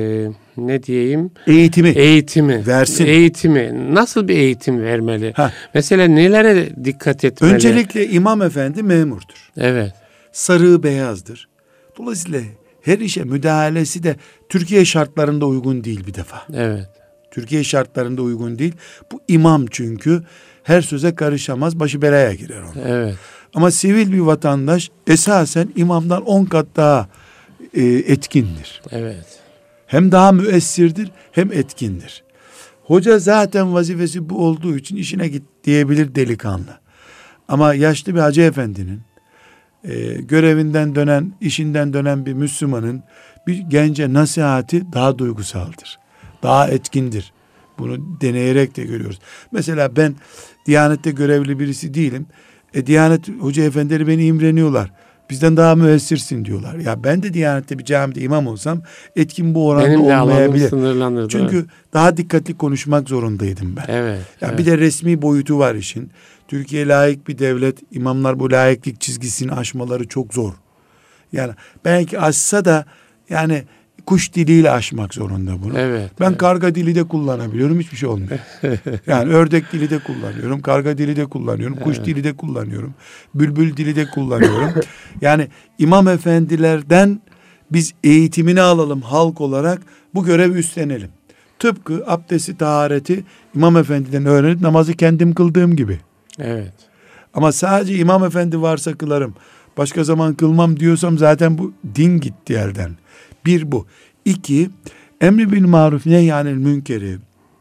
ne diyeyim? Eğitimi. Eğitimi. Versin. Eğitimi. Nasıl bir eğitim vermeli? Heh. Mesela nelere dikkat etmeli? Öncelikle imam efendi memurdur. Evet. Sarığı beyazdır. Dolayısıyla her işe müdahalesi de Türkiye şartlarında uygun değil bir defa. Evet. Türkiye şartlarında uygun değil. Bu imam çünkü her söze karışamaz, başı belaya girer ona. Evet. Ama sivil bir vatandaş esasen imamdan on kat daha e, etkindir. Evet. Hem daha müessirdir hem etkindir. Hoca zaten vazifesi bu olduğu için işine git diyebilir delikanlı. Ama yaşlı bir hacı efendinin e, görevinden dönen, işinden dönen bir Müslümanın bir gence nasihati daha duygusaldır. Daha etkindir. Bunu deneyerek de görüyoruz. Mesela ben Diyanet'te görevli birisi değilim. E, Diyanet hoca efendileri beni imreniyorlar. Bizden daha müessirsin diyorlar. Ya ben de Diyanet'te bir camide imam olsam etkin bu oranda benim de olmayabilir. Sınırlanırdı. Çünkü daha dikkatli konuşmak zorundaydım ben. Evet. Ya evet. bir de resmi boyutu var işin. Türkiye layık bir devlet. İmamlar bu layıklık çizgisini aşmaları çok zor. Yani belki aşsa da yani kuş diliyle aşmak zorunda bunu. Evet, ben evet. karga dili de kullanabiliyorum, hiçbir şey olmuyor. Yani ördek dili de kullanıyorum, karga dili de kullanıyorum, kuş evet. dili de kullanıyorum, bülbül dili de kullanıyorum. Yani imam efendilerden biz eğitimini alalım halk olarak, bu görevi üstlenelim. Tıpkı abdesti, tahareti imam efendiden öğrenip namazı kendim kıldığım gibi. Evet. Ama sadece imam efendi varsa kılarım, başka zaman kılmam diyorsam zaten bu din gitti elden. Bir bu. İki, emri bil maruf nehyanil münkeri.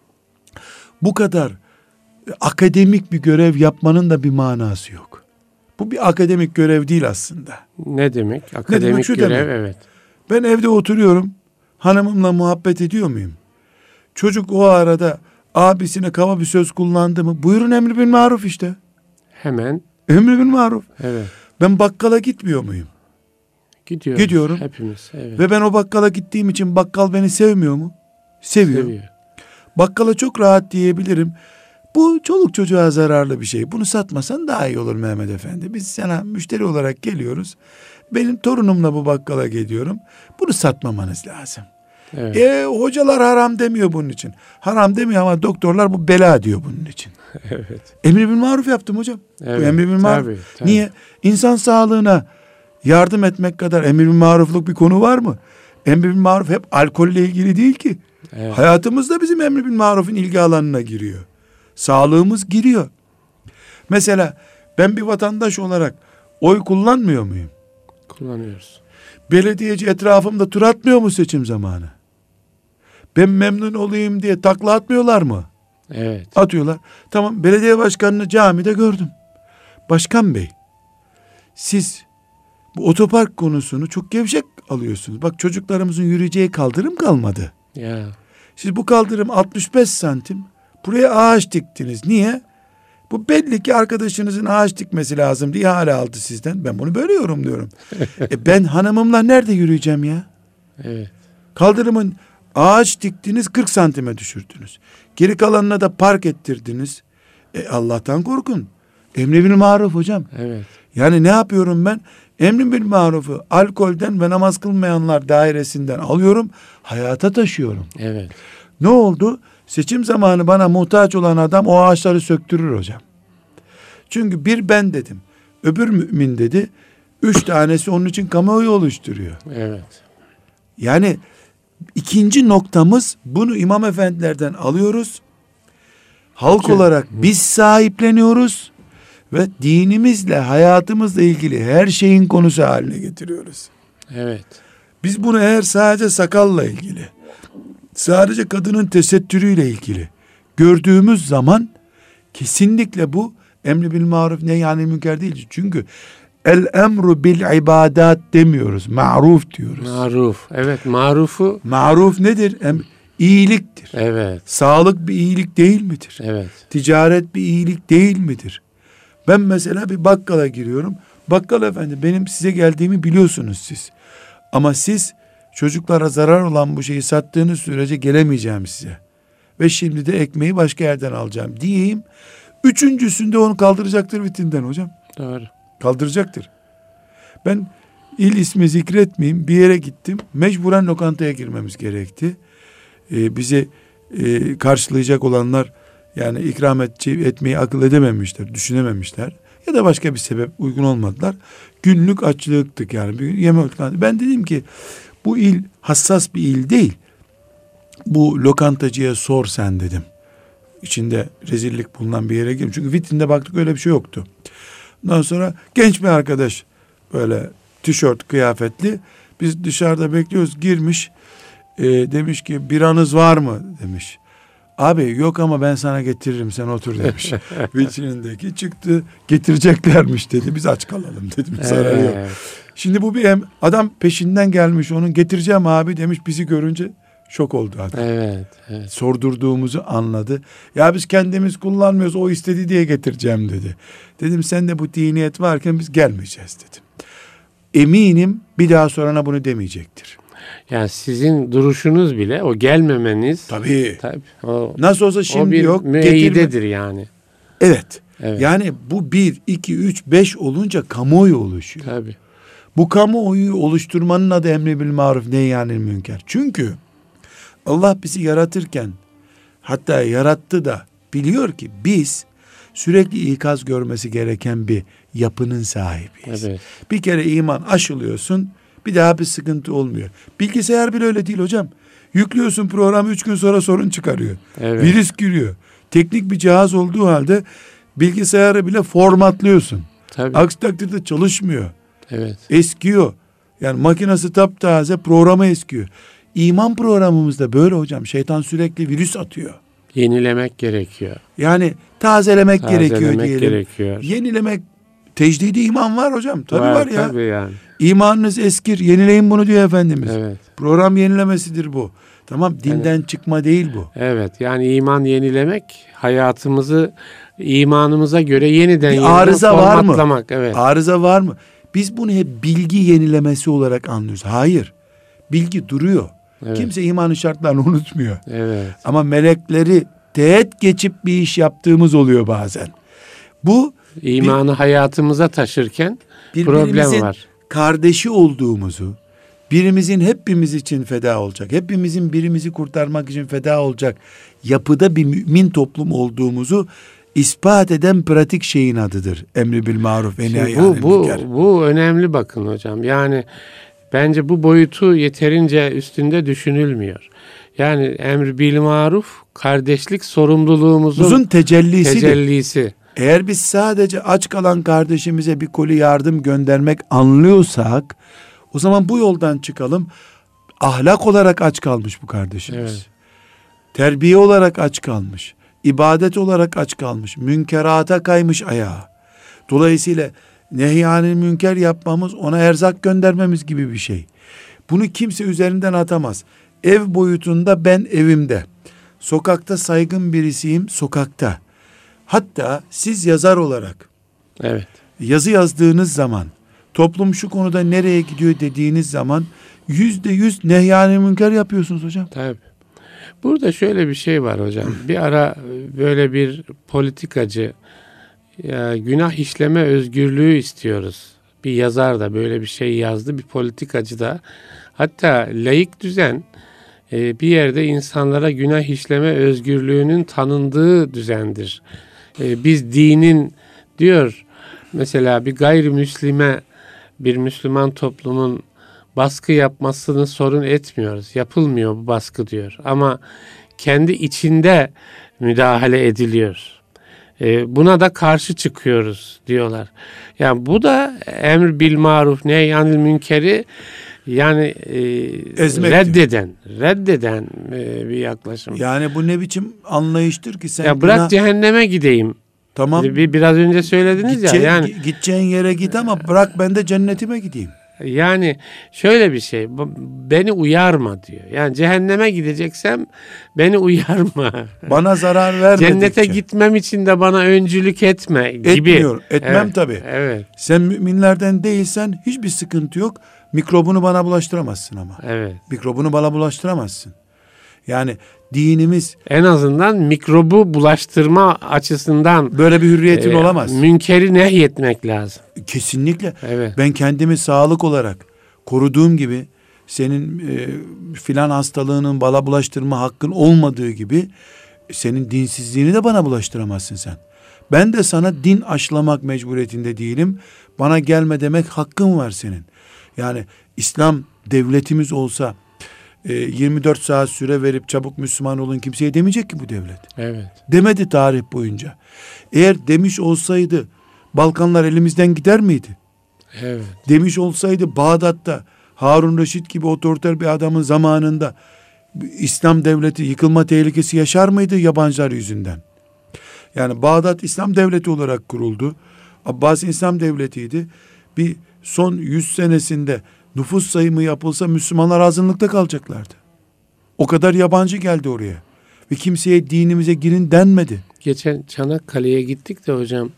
Bu kadar akademik bir görev yapmanın da bir manası yok. Bu bir akademik görev değil aslında. Ne demek? Akademik ne demek? Şu görev, demek. evet. Ben evde oturuyorum, hanımımla muhabbet ediyor muyum? Çocuk o arada abisine kaba bir söz kullandı mı? Buyurun emri bil maruf işte. Hemen. Emri bil maruf. Evet. Ben bakkala gitmiyor muyum? Gidiyoruz. Gidiyorum. Hepimiz. Evet. Ve ben o bakkala gittiğim için bakkal beni sevmiyor mu? Seviyor. Seviyor. Bakkala çok rahat diyebilirim. Bu çoluk çocuğa zararlı bir şey. Bunu satmasan daha iyi olur Mehmet Efendi. Biz sana müşteri olarak geliyoruz. Benim torunumla bu bakkala gidiyorum. Bunu satmamanız lazım. Evet. E, hocalar haram demiyor bunun için. Haram demiyor ama doktorlar bu bela diyor bunun için. Evet. Emri bil maruf yaptım hocam. Evet. Bu emri bil maruf. Tabii, tabii. Niye? İnsan sağlığına yardım etmek kadar emri bil marufluk bir konu var mı? Emri bil maruf hep alkolle ilgili değil ki. Evet. Hayatımızda bizim emri bil marufun ilgi alanına giriyor. Sağlığımız giriyor. Mesela ben bir vatandaş olarak oy kullanmıyor muyum? Kullanıyoruz. Belediyeci etrafımda tur atmıyor mu seçim zamanı? Ben memnun olayım diye takla atmıyorlar mı? Evet. Atıyorlar. Tamam, belediye başkanını camide gördüm. Başkan bey, siz bu otopark konusunu çok gevşek alıyorsunuz. Bak çocuklarımızın yürüyeceği kaldırım kalmadı. Ya. Siz bu kaldırım altmış beş santim. Buraya ağaç diktiniz. Niye? Bu belli ki arkadaşınızın ağaç dikmesi lazım diye ihale aldı sizden. Ben bunu böyle yorumluyorum. e ben hanımımla nerede yürüyeceğim ya? Evet. Kaldırımın ağaç diktiniz, kırk santime düşürdünüz. Geri kalanına da park ettirdiniz. E Allah'tan korkun. Emri bil maruf hocam. Evet. Yani ne yapıyorum ben? Emri bil marufu alkolden ve namaz kılmayanlar dairesinden alıyorum, hayata taşıyorum. Evet. Ne oldu? Seçim zamanı bana muhtaç olan adam o ağaçları söktürür hocam. Çünkü bir ben dedim, öbür mümin dedi, üç tanesi onun için kamuoyu oluşturuyor. Evet. Yani ikinci noktamız, bunu imam efendilerden alıyoruz. Halk Çünkü, olarak biz sahipleniyoruz ve dinimizle, hayatımızla ilgili her şeyin konusu haline getiriyoruz. Evet. Biz bunu eğer sadece sakalla ilgili, sadece kadının tesettürüyle ilgili gördüğümüz zaman kesinlikle bu emri bil maruf nehyanil münker değil. Çünkü el emru bil ibadat demiyoruz. Ma'ruf diyoruz. Maruf. Evet, marufu. Maruf nedir? Em, iyiliktir. Evet. Sağlık bir iyilik değil midir? Evet. Ticaret bir iyilik değil midir? Ben mesela bir bakkala giriyorum. Bakkal efendi, benim size geldiğimi biliyorsunuz siz. Ama siz çocuklara zarar olan bu şeyi sattığınız sürece gelemeyeceğim size. Ve şimdi de ekmeği başka yerden alacağım diyeyim. Üçüncüsünde onu kaldıracaktır vitrinden hocam. Doğru. Kaldıracaktır. Ben il ismi zikretmeyeyim, bir yere gittim. Mecburen lokantaya girmemiz gerekti. Ee, bizi e, karşılayacak olanlar yani ikram et, etmeyi akıl edememişler, düşünememişler. Ya da başka bir sebep uygun olmadılar. Günlük açlıktık yani. Bir yeme lokantası. Ben dedim ki bu il hassas bir il değil. Bu lokantacıya sor sen dedim. İçinde rezillik bulunan bir yere girdim. Çünkü vitrinde baktık öyle bir şey yoktu. Ondan sonra genç bir arkadaş böyle tişört kıyafetli. Biz dışarıda bekliyoruz, girmiş. E, demiş ki biranız var mı demiş. Abi yok ama ben sana getiririm, sen otur demiş. Vitrindeki çıktı, getireceklermiş dedi. Biz aç kalalım dedim. Zararı yok. Evet. Şimdi bu bir em, adam peşinden gelmiş, onun getireceğim abi demiş, bizi görünce şok oldu adam. Evet, evet. Sordurduğumuzu anladı. Ya biz kendimiz kullanmıyoruz, o istedi diye getireceğim dedi. Dedim sen de bu diniyet varken biz gelmeyeceğiz dedim. Eminim bir daha sorana bunu demeyecektir. Yani sizin duruşunuz bile, o gelmemeniz. Tabii. Tabii. O, Nasıl olsa şimdi o bir yok. müeyyidedir yani. Evet. Evet. Yani bu bir, iki, üç, beş olunca kamuoyu oluşuyor. Tabii. Bu kamuoyu oluşturmanın adı emri bil maruf nehyanil münker. Çünkü Allah bizi yaratırken, hatta yarattı da biliyor ki biz sürekli ikaz görmesi gereken bir yapının sahibiyiz. Evet. Bir kere iman aşılıyorsun, bir daha bir sıkıntı olmuyor. Bilgisayar bile öyle değil hocam. Yüklüyorsun programı, üç gün sonra sorun çıkarıyor. Evet. Virüs giriyor. Teknik bir cihaz olduğu halde bilgisayarı bile formatlıyorsun. Tabii. Aksi takdirde çalışmıyor. Evet. Eskiyor. Yani makinesi taptaze, programı eskiyor. İman programımızda böyle hocam. Şeytan sürekli virüs atıyor. Yenilemek gerekiyor. Yani tazelemek, Tazelemek gerekiyor diyelim. gerekiyor. Yenilemek, tecdidi iman var hocam. Tabii var, var ya. Tabii yani. İmanınız eskir, yenileyin bunu diyor Efendimiz. Evet. Program yenilemesidir bu. Tamam, dinden Evet. çıkma değil bu. Evet, yani iman yenilemek, hayatımızı imanımıza göre yeniden Bir yeniden arıza var mı? formatlamak. Evet. Arıza var mı? Biz bunu hep bilgi yenilemesi olarak anlıyoruz. Hayır. Bilgi duruyor. Evet. Kimse imanın şartlarını unutmuyor. Evet. Ama melekleri teğet geçip bir iş yaptığımız oluyor bazen. Bu İmanı hayatımıza taşırken problem birbirimizin var. kardeşi olduğumuzu, birimizin hepimiz için feda olacak, hepimizin birimizi kurtarmak için feda olacak yapıda bir mümin toplum olduğumuzu ispat eden pratik şeyin adıdır. Emri bil maruf ve Şimdi nehyanil bu, bu, münker. bu önemli bakın hocam. Yani bence bu boyutu yeterince üstünde düşünülmüyor. Yani emri bil maruf, kardeşlik sorumluluğumuzun Uzun tecellisidir. tecellisi. Eğer biz sadece aç kalan kardeşimize bir koli yardım göndermek anlıyorsak, o zaman bu yoldan çıkalım. Ahlak olarak aç kalmış bu kardeşimiz. Evet. Terbiye olarak aç kalmış. İbadet olarak aç kalmış. Münkerata kaymış ayağı. Dolayısıyla nehyanil münker yapmamız, ona erzak göndermemiz gibi bir şey. Bunu kimse üzerinden atamaz. Ev boyutunda ben evimde. Sokakta saygın birisiyim, sokakta. Hatta siz yazar olarak Evet. yazı yazdığınız zaman, toplum şu konuda nereye gidiyor dediğiniz zaman, yüzde yüz nehyanil münker yapıyorsunuz hocam. Tabii. Burada şöyle bir şey var hocam. Bir ara böyle bir politikacı, ya, günah işleme özgürlüğü istiyoruz. Bir yazar da böyle bir şey yazdı. Bir politikacı da. Hatta laik düzen e, bir yerde insanlara günah işleme özgürlüğünün tanındığı düzendir. E, biz dinin diyor mesela bir gayrimüslime, bir Müslüman toplumun baskı yapmasını sorun etmiyoruz. Yapılmıyor bu baskı diyor. Ama kendi içinde müdahale ediliyor. E, buna da karşı çıkıyoruz diyorlar. Yani bu da emr bil maruf nehyanil münkeri yani e, reddeden, reddeden e, bir yaklaşım. Yani bu ne biçim anlayıştır ki sen ya bırak günah... cehenneme gideyim. Tamam. Bir, biraz önce söylediniz Gidece, ya. Yani gideceğin yere git ama bırak ben de cennetime gideyim. Yani şöyle bir şey, beni uyarma diyor. Yani cehenneme gideceksem beni uyarma. Bana zarar vermedikçe. Cennete gitmem için de bana öncülük etme gibi. Etmiyor, etmem evet, tabii. Evet. Sen müminlerden değilsen hiçbir sıkıntı yok. Mikrobunu bana bulaştıramazsın ama. Evet. Mikrobunu bana bulaştıramazsın. Yani dinimiz en azından mikrobu bulaştırma açısından böyle bir hürriyetin e, olamaz. Münkeri nehyetmek lazım. Kesinlikle. Evet. Ben kendimi sağlık olarak koruduğum gibi senin e, filan hastalığının bana bulaştırma hakkın olmadığı gibi senin dinsizliğini de bana bulaştıramazsın sen. Ben de sana din aşılamak mecburiyetinde değilim. Bana gelme demek hakkın var senin. Yani İslam devletimiz olsa yirmi dört saat süre verip çabuk Müslüman olun kimseye demeyecek ki bu devlet. Evet. Demedi tarih boyunca. Eğer demiş olsaydı Balkanlar elimizden gider miydi? Evet. Demiş olsaydı Bağdat'ta Harun Reşit gibi otoriter bir adamın zamanında İslam devleti yıkılma tehlikesi yaşar mıydı yabancılar yüzünden? Yani Bağdat İslam devleti olarak kuruldu. Abbasi İslam devletiydi. Bir son yüz senesinde nüfus sayımı yapılsa Müslümanlar azınlıkta kalacaklardı. O kadar yabancı geldi oraya. Ve kimseye dinimize girin denmedi. Geçen Çanakkale'ye gittik de hocam.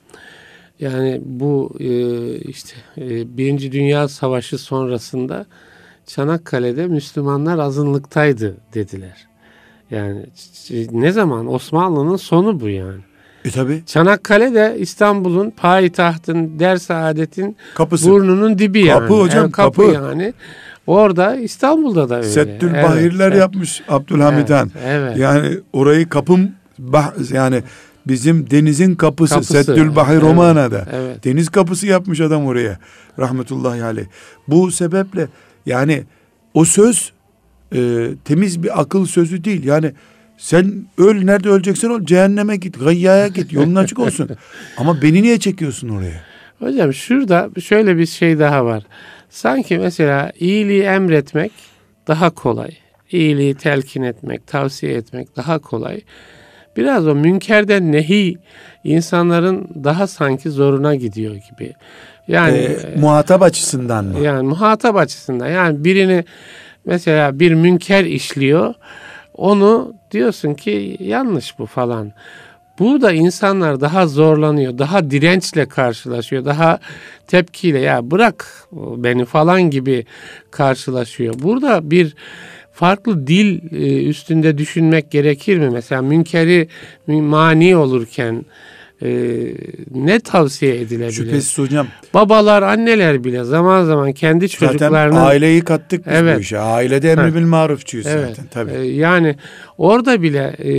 Yani bu e, işte e, Birinci Dünya Savaşı sonrasında Çanakkale'de Müslümanlar azınlıktaydı dediler. Yani ne zaman? Osmanlı'nın sonu bu yani. E tabi. Çanakkale de İstanbul'un, payitahtın, der saadetin kapısı. Burnunun dibi yani. Kapı hocam, evet, kapı. kapı yani. Orada İstanbul'da da öyle. Seddül evet, Bahirler evet. yapmış Abdülhamid Han. Evet, evet. Yani orayı kapım bah, yani bizim denizin kapısı, kapısı. Seddül Bahir evet, Romana'da. Evet. Deniz kapısı yapmış adam oraya. Rahmetullahi aleyh. Bu sebeple yani o söz e, temiz bir akıl sözü değil. Yani sen öl, nerede öleceksen öl, cehenneme git, gayyaya git, yolun açık olsun. Ama beni niye çekiyorsun oraya? Hocam şurada şöyle bir şey daha var. Sanki mesela iyiliği emretmek daha kolay. İyiliği telkin etmek, tavsiye etmek daha kolay. Biraz o münkerden nehi insanların daha sanki zoruna gidiyor gibi. Yani ee, muhatap açısından mı? Yani muhatap açısından. Yani birini mesela bir münker işliyor. Onu diyorsun ki yanlış bu falan. Burada insanlar daha zorlanıyor, daha dirençle karşılaşıyor, daha tepkiyle ya bırak beni falan gibi karşılaşıyor. Burada bir farklı dil üstünde düşünmek gerekir mi? Mesela münkeri mani olurken e, ne tavsiye edilebilir? Şüphesiz hocam. Babalar, anneler bile zaman zaman kendi çocuklarının... Zaten aileyi kattık biz evet. bu işe. Ailede emri bil marufçuyuz evet. zaten. Tabii. Ee, yani orada bile e,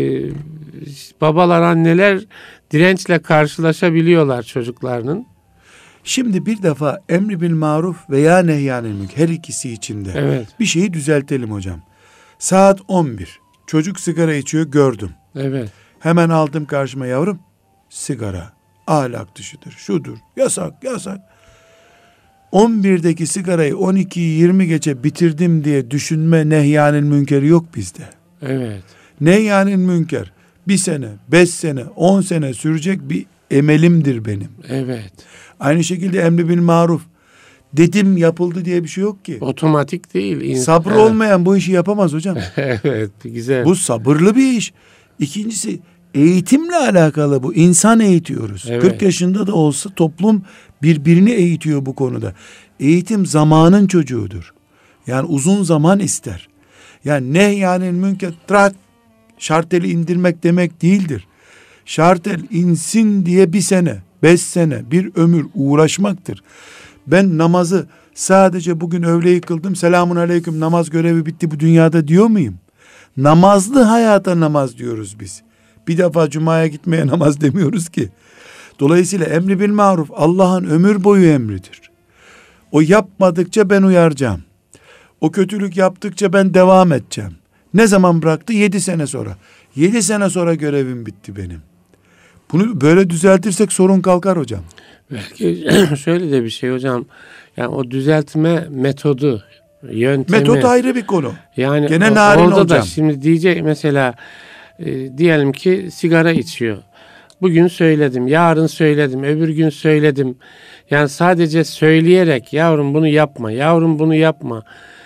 babalar, anneler dirençle karşılaşabiliyorlar çocuklarının. Şimdi bir defa emri bil maruf veya nehyanil münker her ikisi içinde. Evet. Bir şeyi düzeltelim hocam. Saat on bir. Çocuk sigara içiyor gördüm. Evet. Hemen aldım karşıma yavrum. Sigara ahlak dışıdır, şudur, yasak, yasak. on birdeki sigarayı on ikiyi yirmi geçe bitirdim diye düşünme nehyanil münkeri yok bizde. Evet. Nehyanil münker bir sene, beş sene, on sene sürecek bir emelimdir benim. Evet. Aynı şekilde emri bil maruf. Dedim yapıldı diye bir şey yok ki. Otomatik değil. Sabrı evet. olmayan bu işi yapamaz hocam. Evet, güzel. Bu sabırlı bir iş. İkincisi eğitimle alakalı bu. İnsan eğitiyoruz. Evet. kırk yaşında da olsa toplum birbirini eğitiyor bu konuda. Eğitim zamanın çocuğudur. Yani uzun zaman ister. Yani nehyanil münker trak şarteli indirmek demek değildir. Şartel insin diye bir sene, beş sene, bir ömür uğraşmaktır. Ben namazı sadece bugün öğleyi kıldım, selamun aleyküm, namaz görevi bitti bu dünyada diyor muyum? Namazlı hayata namaz diyoruz biz. Bir defa cumaya gitmeye namaz demiyoruz ki. Dolayısıyla emri bil maruf Allah'ın ömür boyu emridir. O yapmadıkça ben uyaracağım. O kötülük yaptıkça ben devam edeceğim. Ne zaman bıraktı? Yedi sene sonra. Yedi sene sonra görevim bitti benim. Bunu böyle düzeltirsek sorun kalkar hocam. Belki şöyle de bir şey hocam. Yani o düzeltme metodu, yöntemi. Metot ayrı bir konu. Yani gene o, narin orada hocam. da şimdi diyecek mesela e, diyelim ki sigara içiyor. Bugün söyledim, yarın söyledim, öbür gün söyledim. Yani sadece söyleyerek yavrum bunu yapma, yavrum bunu yapma.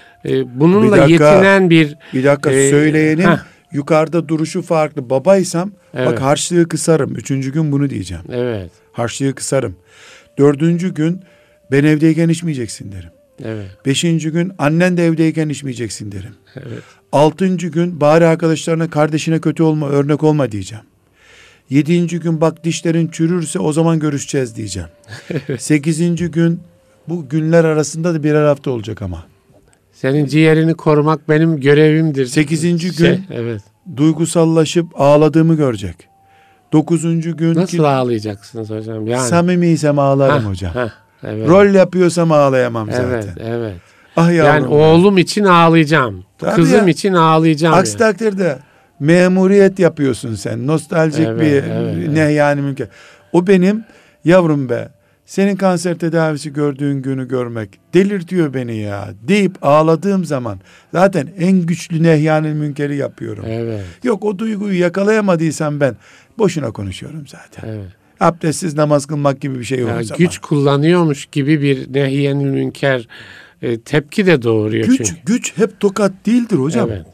E, bununla bir dakika, yetinen bir... Bir dakika e, söyleyenin heh. yukarıda duruşu farklı. Babaysam Evet. bak harçlığı kısarım. Üçüncü gün bunu diyeceğim. Evet. Harçlığı kısarım. Dördüncü gün ben evdeyken içmeyeceksin derim. Evet. Beşinci gün annen de evdeyken içmeyeceksin derim. Evet. Altıncı gün bari arkadaşlarına, kardeşine kötü olma, örnek olma diyeceğim. Yedinci gün bak dişlerin çürürse o zaman görüşeceğiz diyeceğim. Sekizinci gün, bu günler arasında da birer hafta olacak ama. Senin ciğerini korumak benim görevimdir. Sekizinci Şey, gün evet. duygusallaşıp ağladığımı görecek. Dokuzuncu gün Nasıl ki, ağlayacaksınız hocam? Yani. samimiysem ağlarım Heh, hocam. heh, evet. Rol yapıyorsam ağlayamam Evet, zaten. evet. Ah yavrum. Yani oğlum için ağlayacağım. Tabii Kızım ya. için ağlayacağım. Aksi yani. takdirde memuriyet yapıyorsun sen. Nostaljik Evet, bir evet, evet. nehyani münker. O benim yavrum be. Senin kanser tedavisi gördüğün günü görmek delirtiyor beni ya deyip ağladığım zaman zaten en güçlü nehyanil münkeri yapıyorum. Evet. Yok o duyguyu yakalayamadıysam ben boşuna konuşuyorum zaten. Evet. Abdestsiz namaz kılmak gibi bir şey yok Ya o zaman. güç kullanıyormuş gibi bir nehyenül münker e, tepki de doğuruyor Güç, çünkü. güç hep tokat değildir hocam. Evet.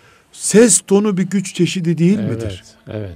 Ses tonu bir güç çeşidi değil Evet. midir? Evet.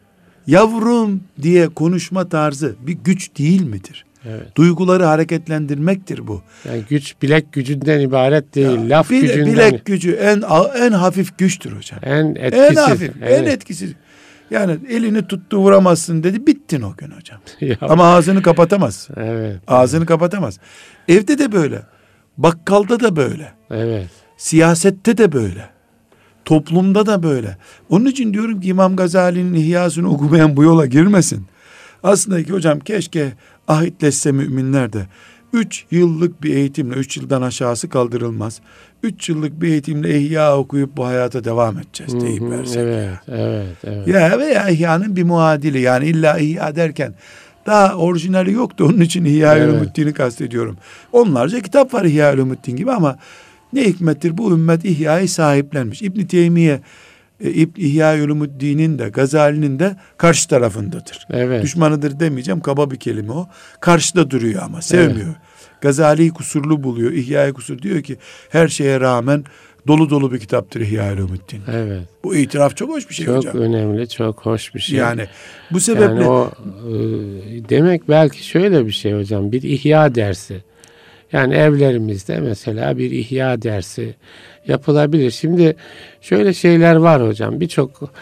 Yavrum diye konuşma tarzı bir güç değil midir? Evet. Duyguları hareketlendirmektir bu. Yani güç bilek gücünden ibaret değil. Ya, laf bile- gücünden. Bilek gücü en en hafif güçtür hocam. En etkisiz. En hafif, Evet. en etkisiz. Yani elini tuttu vuramazsın dedi, bittin o gün hocam. Ya, Ama ağzını kapatamaz. evet. Ağzını kapatamaz. Evde de böyle. Bakkalda da böyle. Evet. Siyasette de böyle. Toplumda da böyle. Onun için diyorum ki İmam Gazali'nin İhyasını okumayan bu yola girmesin. Aslında ki hocam keşke ahitleşse müminler de üç yıllık bir eğitimle, üç yıldan aşağısı kaldırılmaz. Üç yıllık bir eğitimle ihya okuyup bu hayata devam edeceğiz deyip Hı hı, versek. evet, evet, evet. Ya veya ihyanın bir muadili, yani illa ihya derken daha orijinali yoktu, onun için İhya-i Evet. Ulumuddin'i kastediyorum. Onlarca kitap var İhya-i Ulumuddin gibi ama ne hikmettir bu ümmet İhya'yı sahiplenmiş. İbn Teymiye e, İbn İhya-i Ulumuddin'in de Gazali'nin de karşı tarafındadır. Evet. Düşmanıdır demeyeceğim, kaba bir kelime o. Karşıda duruyor ama sevmiyor. Gazali'yi kusurlu buluyor. İhya'yı kusur, diyor ki her şeye rağmen dolu dolu bir kitaptır İhya-i Ulumuddin. Evet. Bu itiraf çok hoş bir şey Çok hocam. önemli, çok hoş bir şey. Yani bu sebeple Yani o e, demek belki şöyle bir şey hocam, bir ihya dersi. Yani evlerimizde mesela bir ihya dersi yapılabilir. Şimdi şöyle şeyler var hocam. Birçok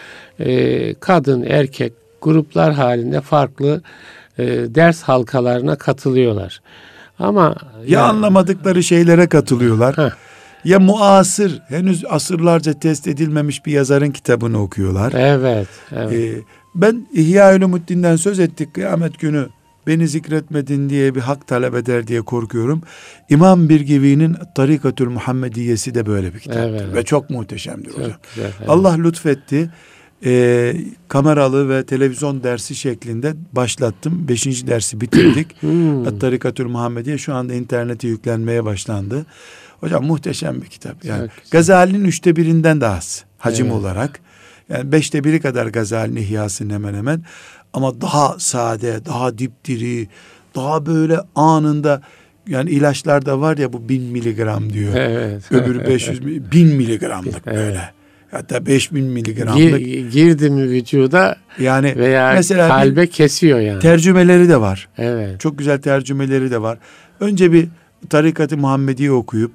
e, kadın, erkek gruplar halinde farklı e, ders halkalarına katılıyorlar. Ama ya yani- anlamadıkları şeylere katılıyorlar. Heh. Ya muasır, henüz asırlarca test edilmemiş bir yazarın kitabını okuyorlar. Evet, evet. Ee, ben İhya-i Ulumuddin'den söz ettik, kıyamet günü beni zikretmedin diye bir hak talep eder diye korkuyorum. İmam Birgivi'nin Tarikatül Muhammediyesi de böyle bir kitaptır. Evet. Ve çok muhteşemdir Çok hocam. güzel. Evet. Allah lütfetti. Ee, kameralı ve televizyon dersi şeklinde başlattım. Beşinci dersi bitirdik. Hmm. Tarikatül Muhammediye şu anda internete yüklenmeye başlandı. Hocam muhteşem bir kitap. Yani Çok güzel. Gazali'nin üçte birinden daha az hacim Evet. olarak. Yani beşte biri kadar Gazali'nin İhyası'nın hemen hemen. Ama daha sade, daha dipdiri, daha böyle anında, yani ilaçlarda var ya bu bin miligram diyor. Evet. Öbürü beş yüz mi- bin miligramlık Evet. böyle. Hatta beş bin miligramlık. Gir, girdi mi vücuda Yani veya mesela bir kalbe kesiyor yani. tercümeleri de var. Evet. Çok güzel tercümeleri de var. Önce bir Tarikat-ı Muhammediye okuyup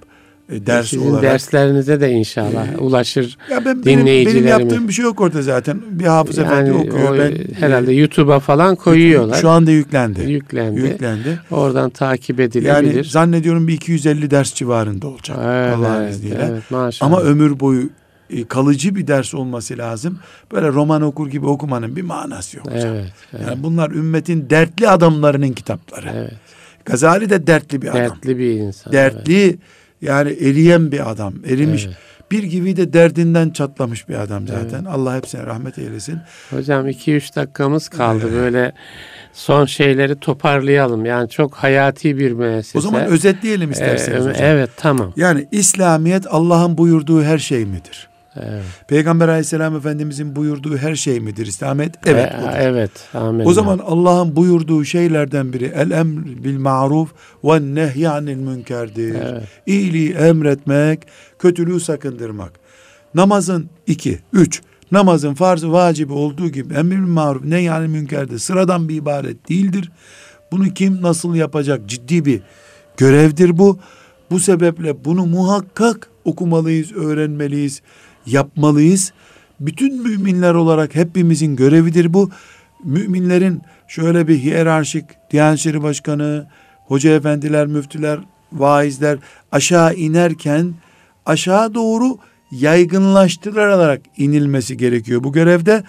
e, ders Sizin olarak. derslerinize de inşallah e, ulaşır ya ben, benim, dinleyicilerimiz. benim yaptığım bir şey yok orada zaten. Bir hafız Yani efendi okuyor. o, Ben herhalde e, YouTube'a falan koyuyorlar. Şu anda yüklendi. Yüklendi. Yüklendi. Oradan takip edilebilir. Yani zannediyorum bir iki yüz elli ders civarında olacak. Evet, Allah'ın izniyle. evet, maşallah. Ama ömür boyu e, kalıcı bir ders olması lazım. Böyle roman okur gibi okumanın bir manası yok hocam. Evet, evet. Yani bunlar ümmetin dertli adamlarının kitapları. Evet. Gazali de dertli bir adam. Dertli bir insan. Dertli evet. yani eriyen bir adam. Erimiş. Evet. Bir gibi de derdinden çatlamış bir adam zaten. Evet. Allah hepsine rahmet eylesin. Hocam iki üç dakikamız kaldı. Evet. Böyle son şeyleri toparlayalım. Yani çok hayati bir müessese. O zaman özetleyelim isterseniz ee, hocam. Evet, tamam. Yani İslamiyet Allah'ın buyurduğu her şey midir? Evet. Peygamber Aleyhisselam Efendimizin buyurduğu her şey midir İslamiyet? Evet. E, evet. Amin. O zaman Allah'ın buyurduğu şeylerden biri el emr bil ma'ruf ve nehyanil münkerdir. Evet. İyiliği emretmek, kötülüğü sakındırmak. Namazın iki, üç. Namazın farz-ı vacibi olduğu gibi emr bil ma'ruf nehyanil münkerdir. Sıradan bir ibaret değildir. Bunu kim nasıl yapacak? Ciddi bir görevdir bu. Bu sebeple bunu muhakkak okumalıyız, öğrenmeliyiz, yapmalıyız. Bütün müminler olarak hepimizin görevidir bu. Müminlerin şöyle bir hiyerarşik, Diyanet İşleri Başkanı, hoca efendiler, müftüler, vaizler aşağı inerken aşağı doğru yaygınlaştırılarak inilmesi gerekiyor. Bu görevde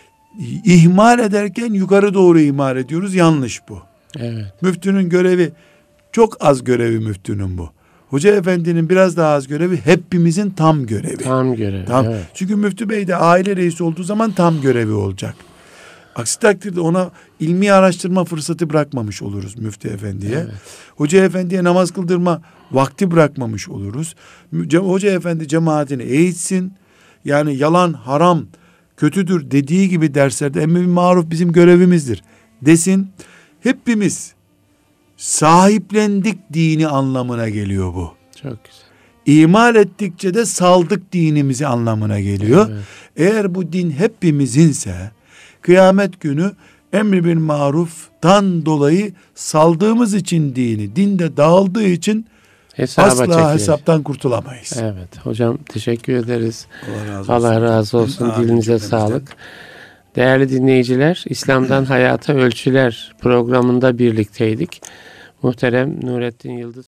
ihmal ederken yukarı doğru ihmal ediyoruz. Yanlış bu. Evet. Müftünün görevi çok az görevi müftünün bu. Hoca efendinin biraz daha az görevi hepimizin tam görevi. Tam görevi. Tam. Evet. Çünkü müftü bey de aile reisi olduğu zaman tam görevi olacak. Aksi takdirde ona ilmi araştırma fırsatı bırakmamış oluruz müftü efendiye. Evet. Hoca efendiye namaz kıldırma vakti bırakmamış oluruz. Hoca efendi cemaatini eğitsin. Yani yalan, haram, kötüdür dediği gibi derslerde emri bil maruf bizim görevimizdir desin. Hepimiz sahiplendik dini anlamına geliyor bu. Çok güzel. İmal ettikçe de saldık dinimizi anlamına geliyor. Evet. Eğer bu din hepimizinse kıyamet günü emri bil maruftan dolayı saldığımız için dini, dinde dağıldığı için Hesaba asla çekilir. Hesaptan kurtulamayız. Evet hocam, teşekkür ederiz. Allah razı olsun. Allah razı olsun. Amin. Dilinize sağlık. Değerli dinleyiciler, İslam'dan Hayata Ölçüler programında birlikteydik. Muhterem Nurettin Yıldız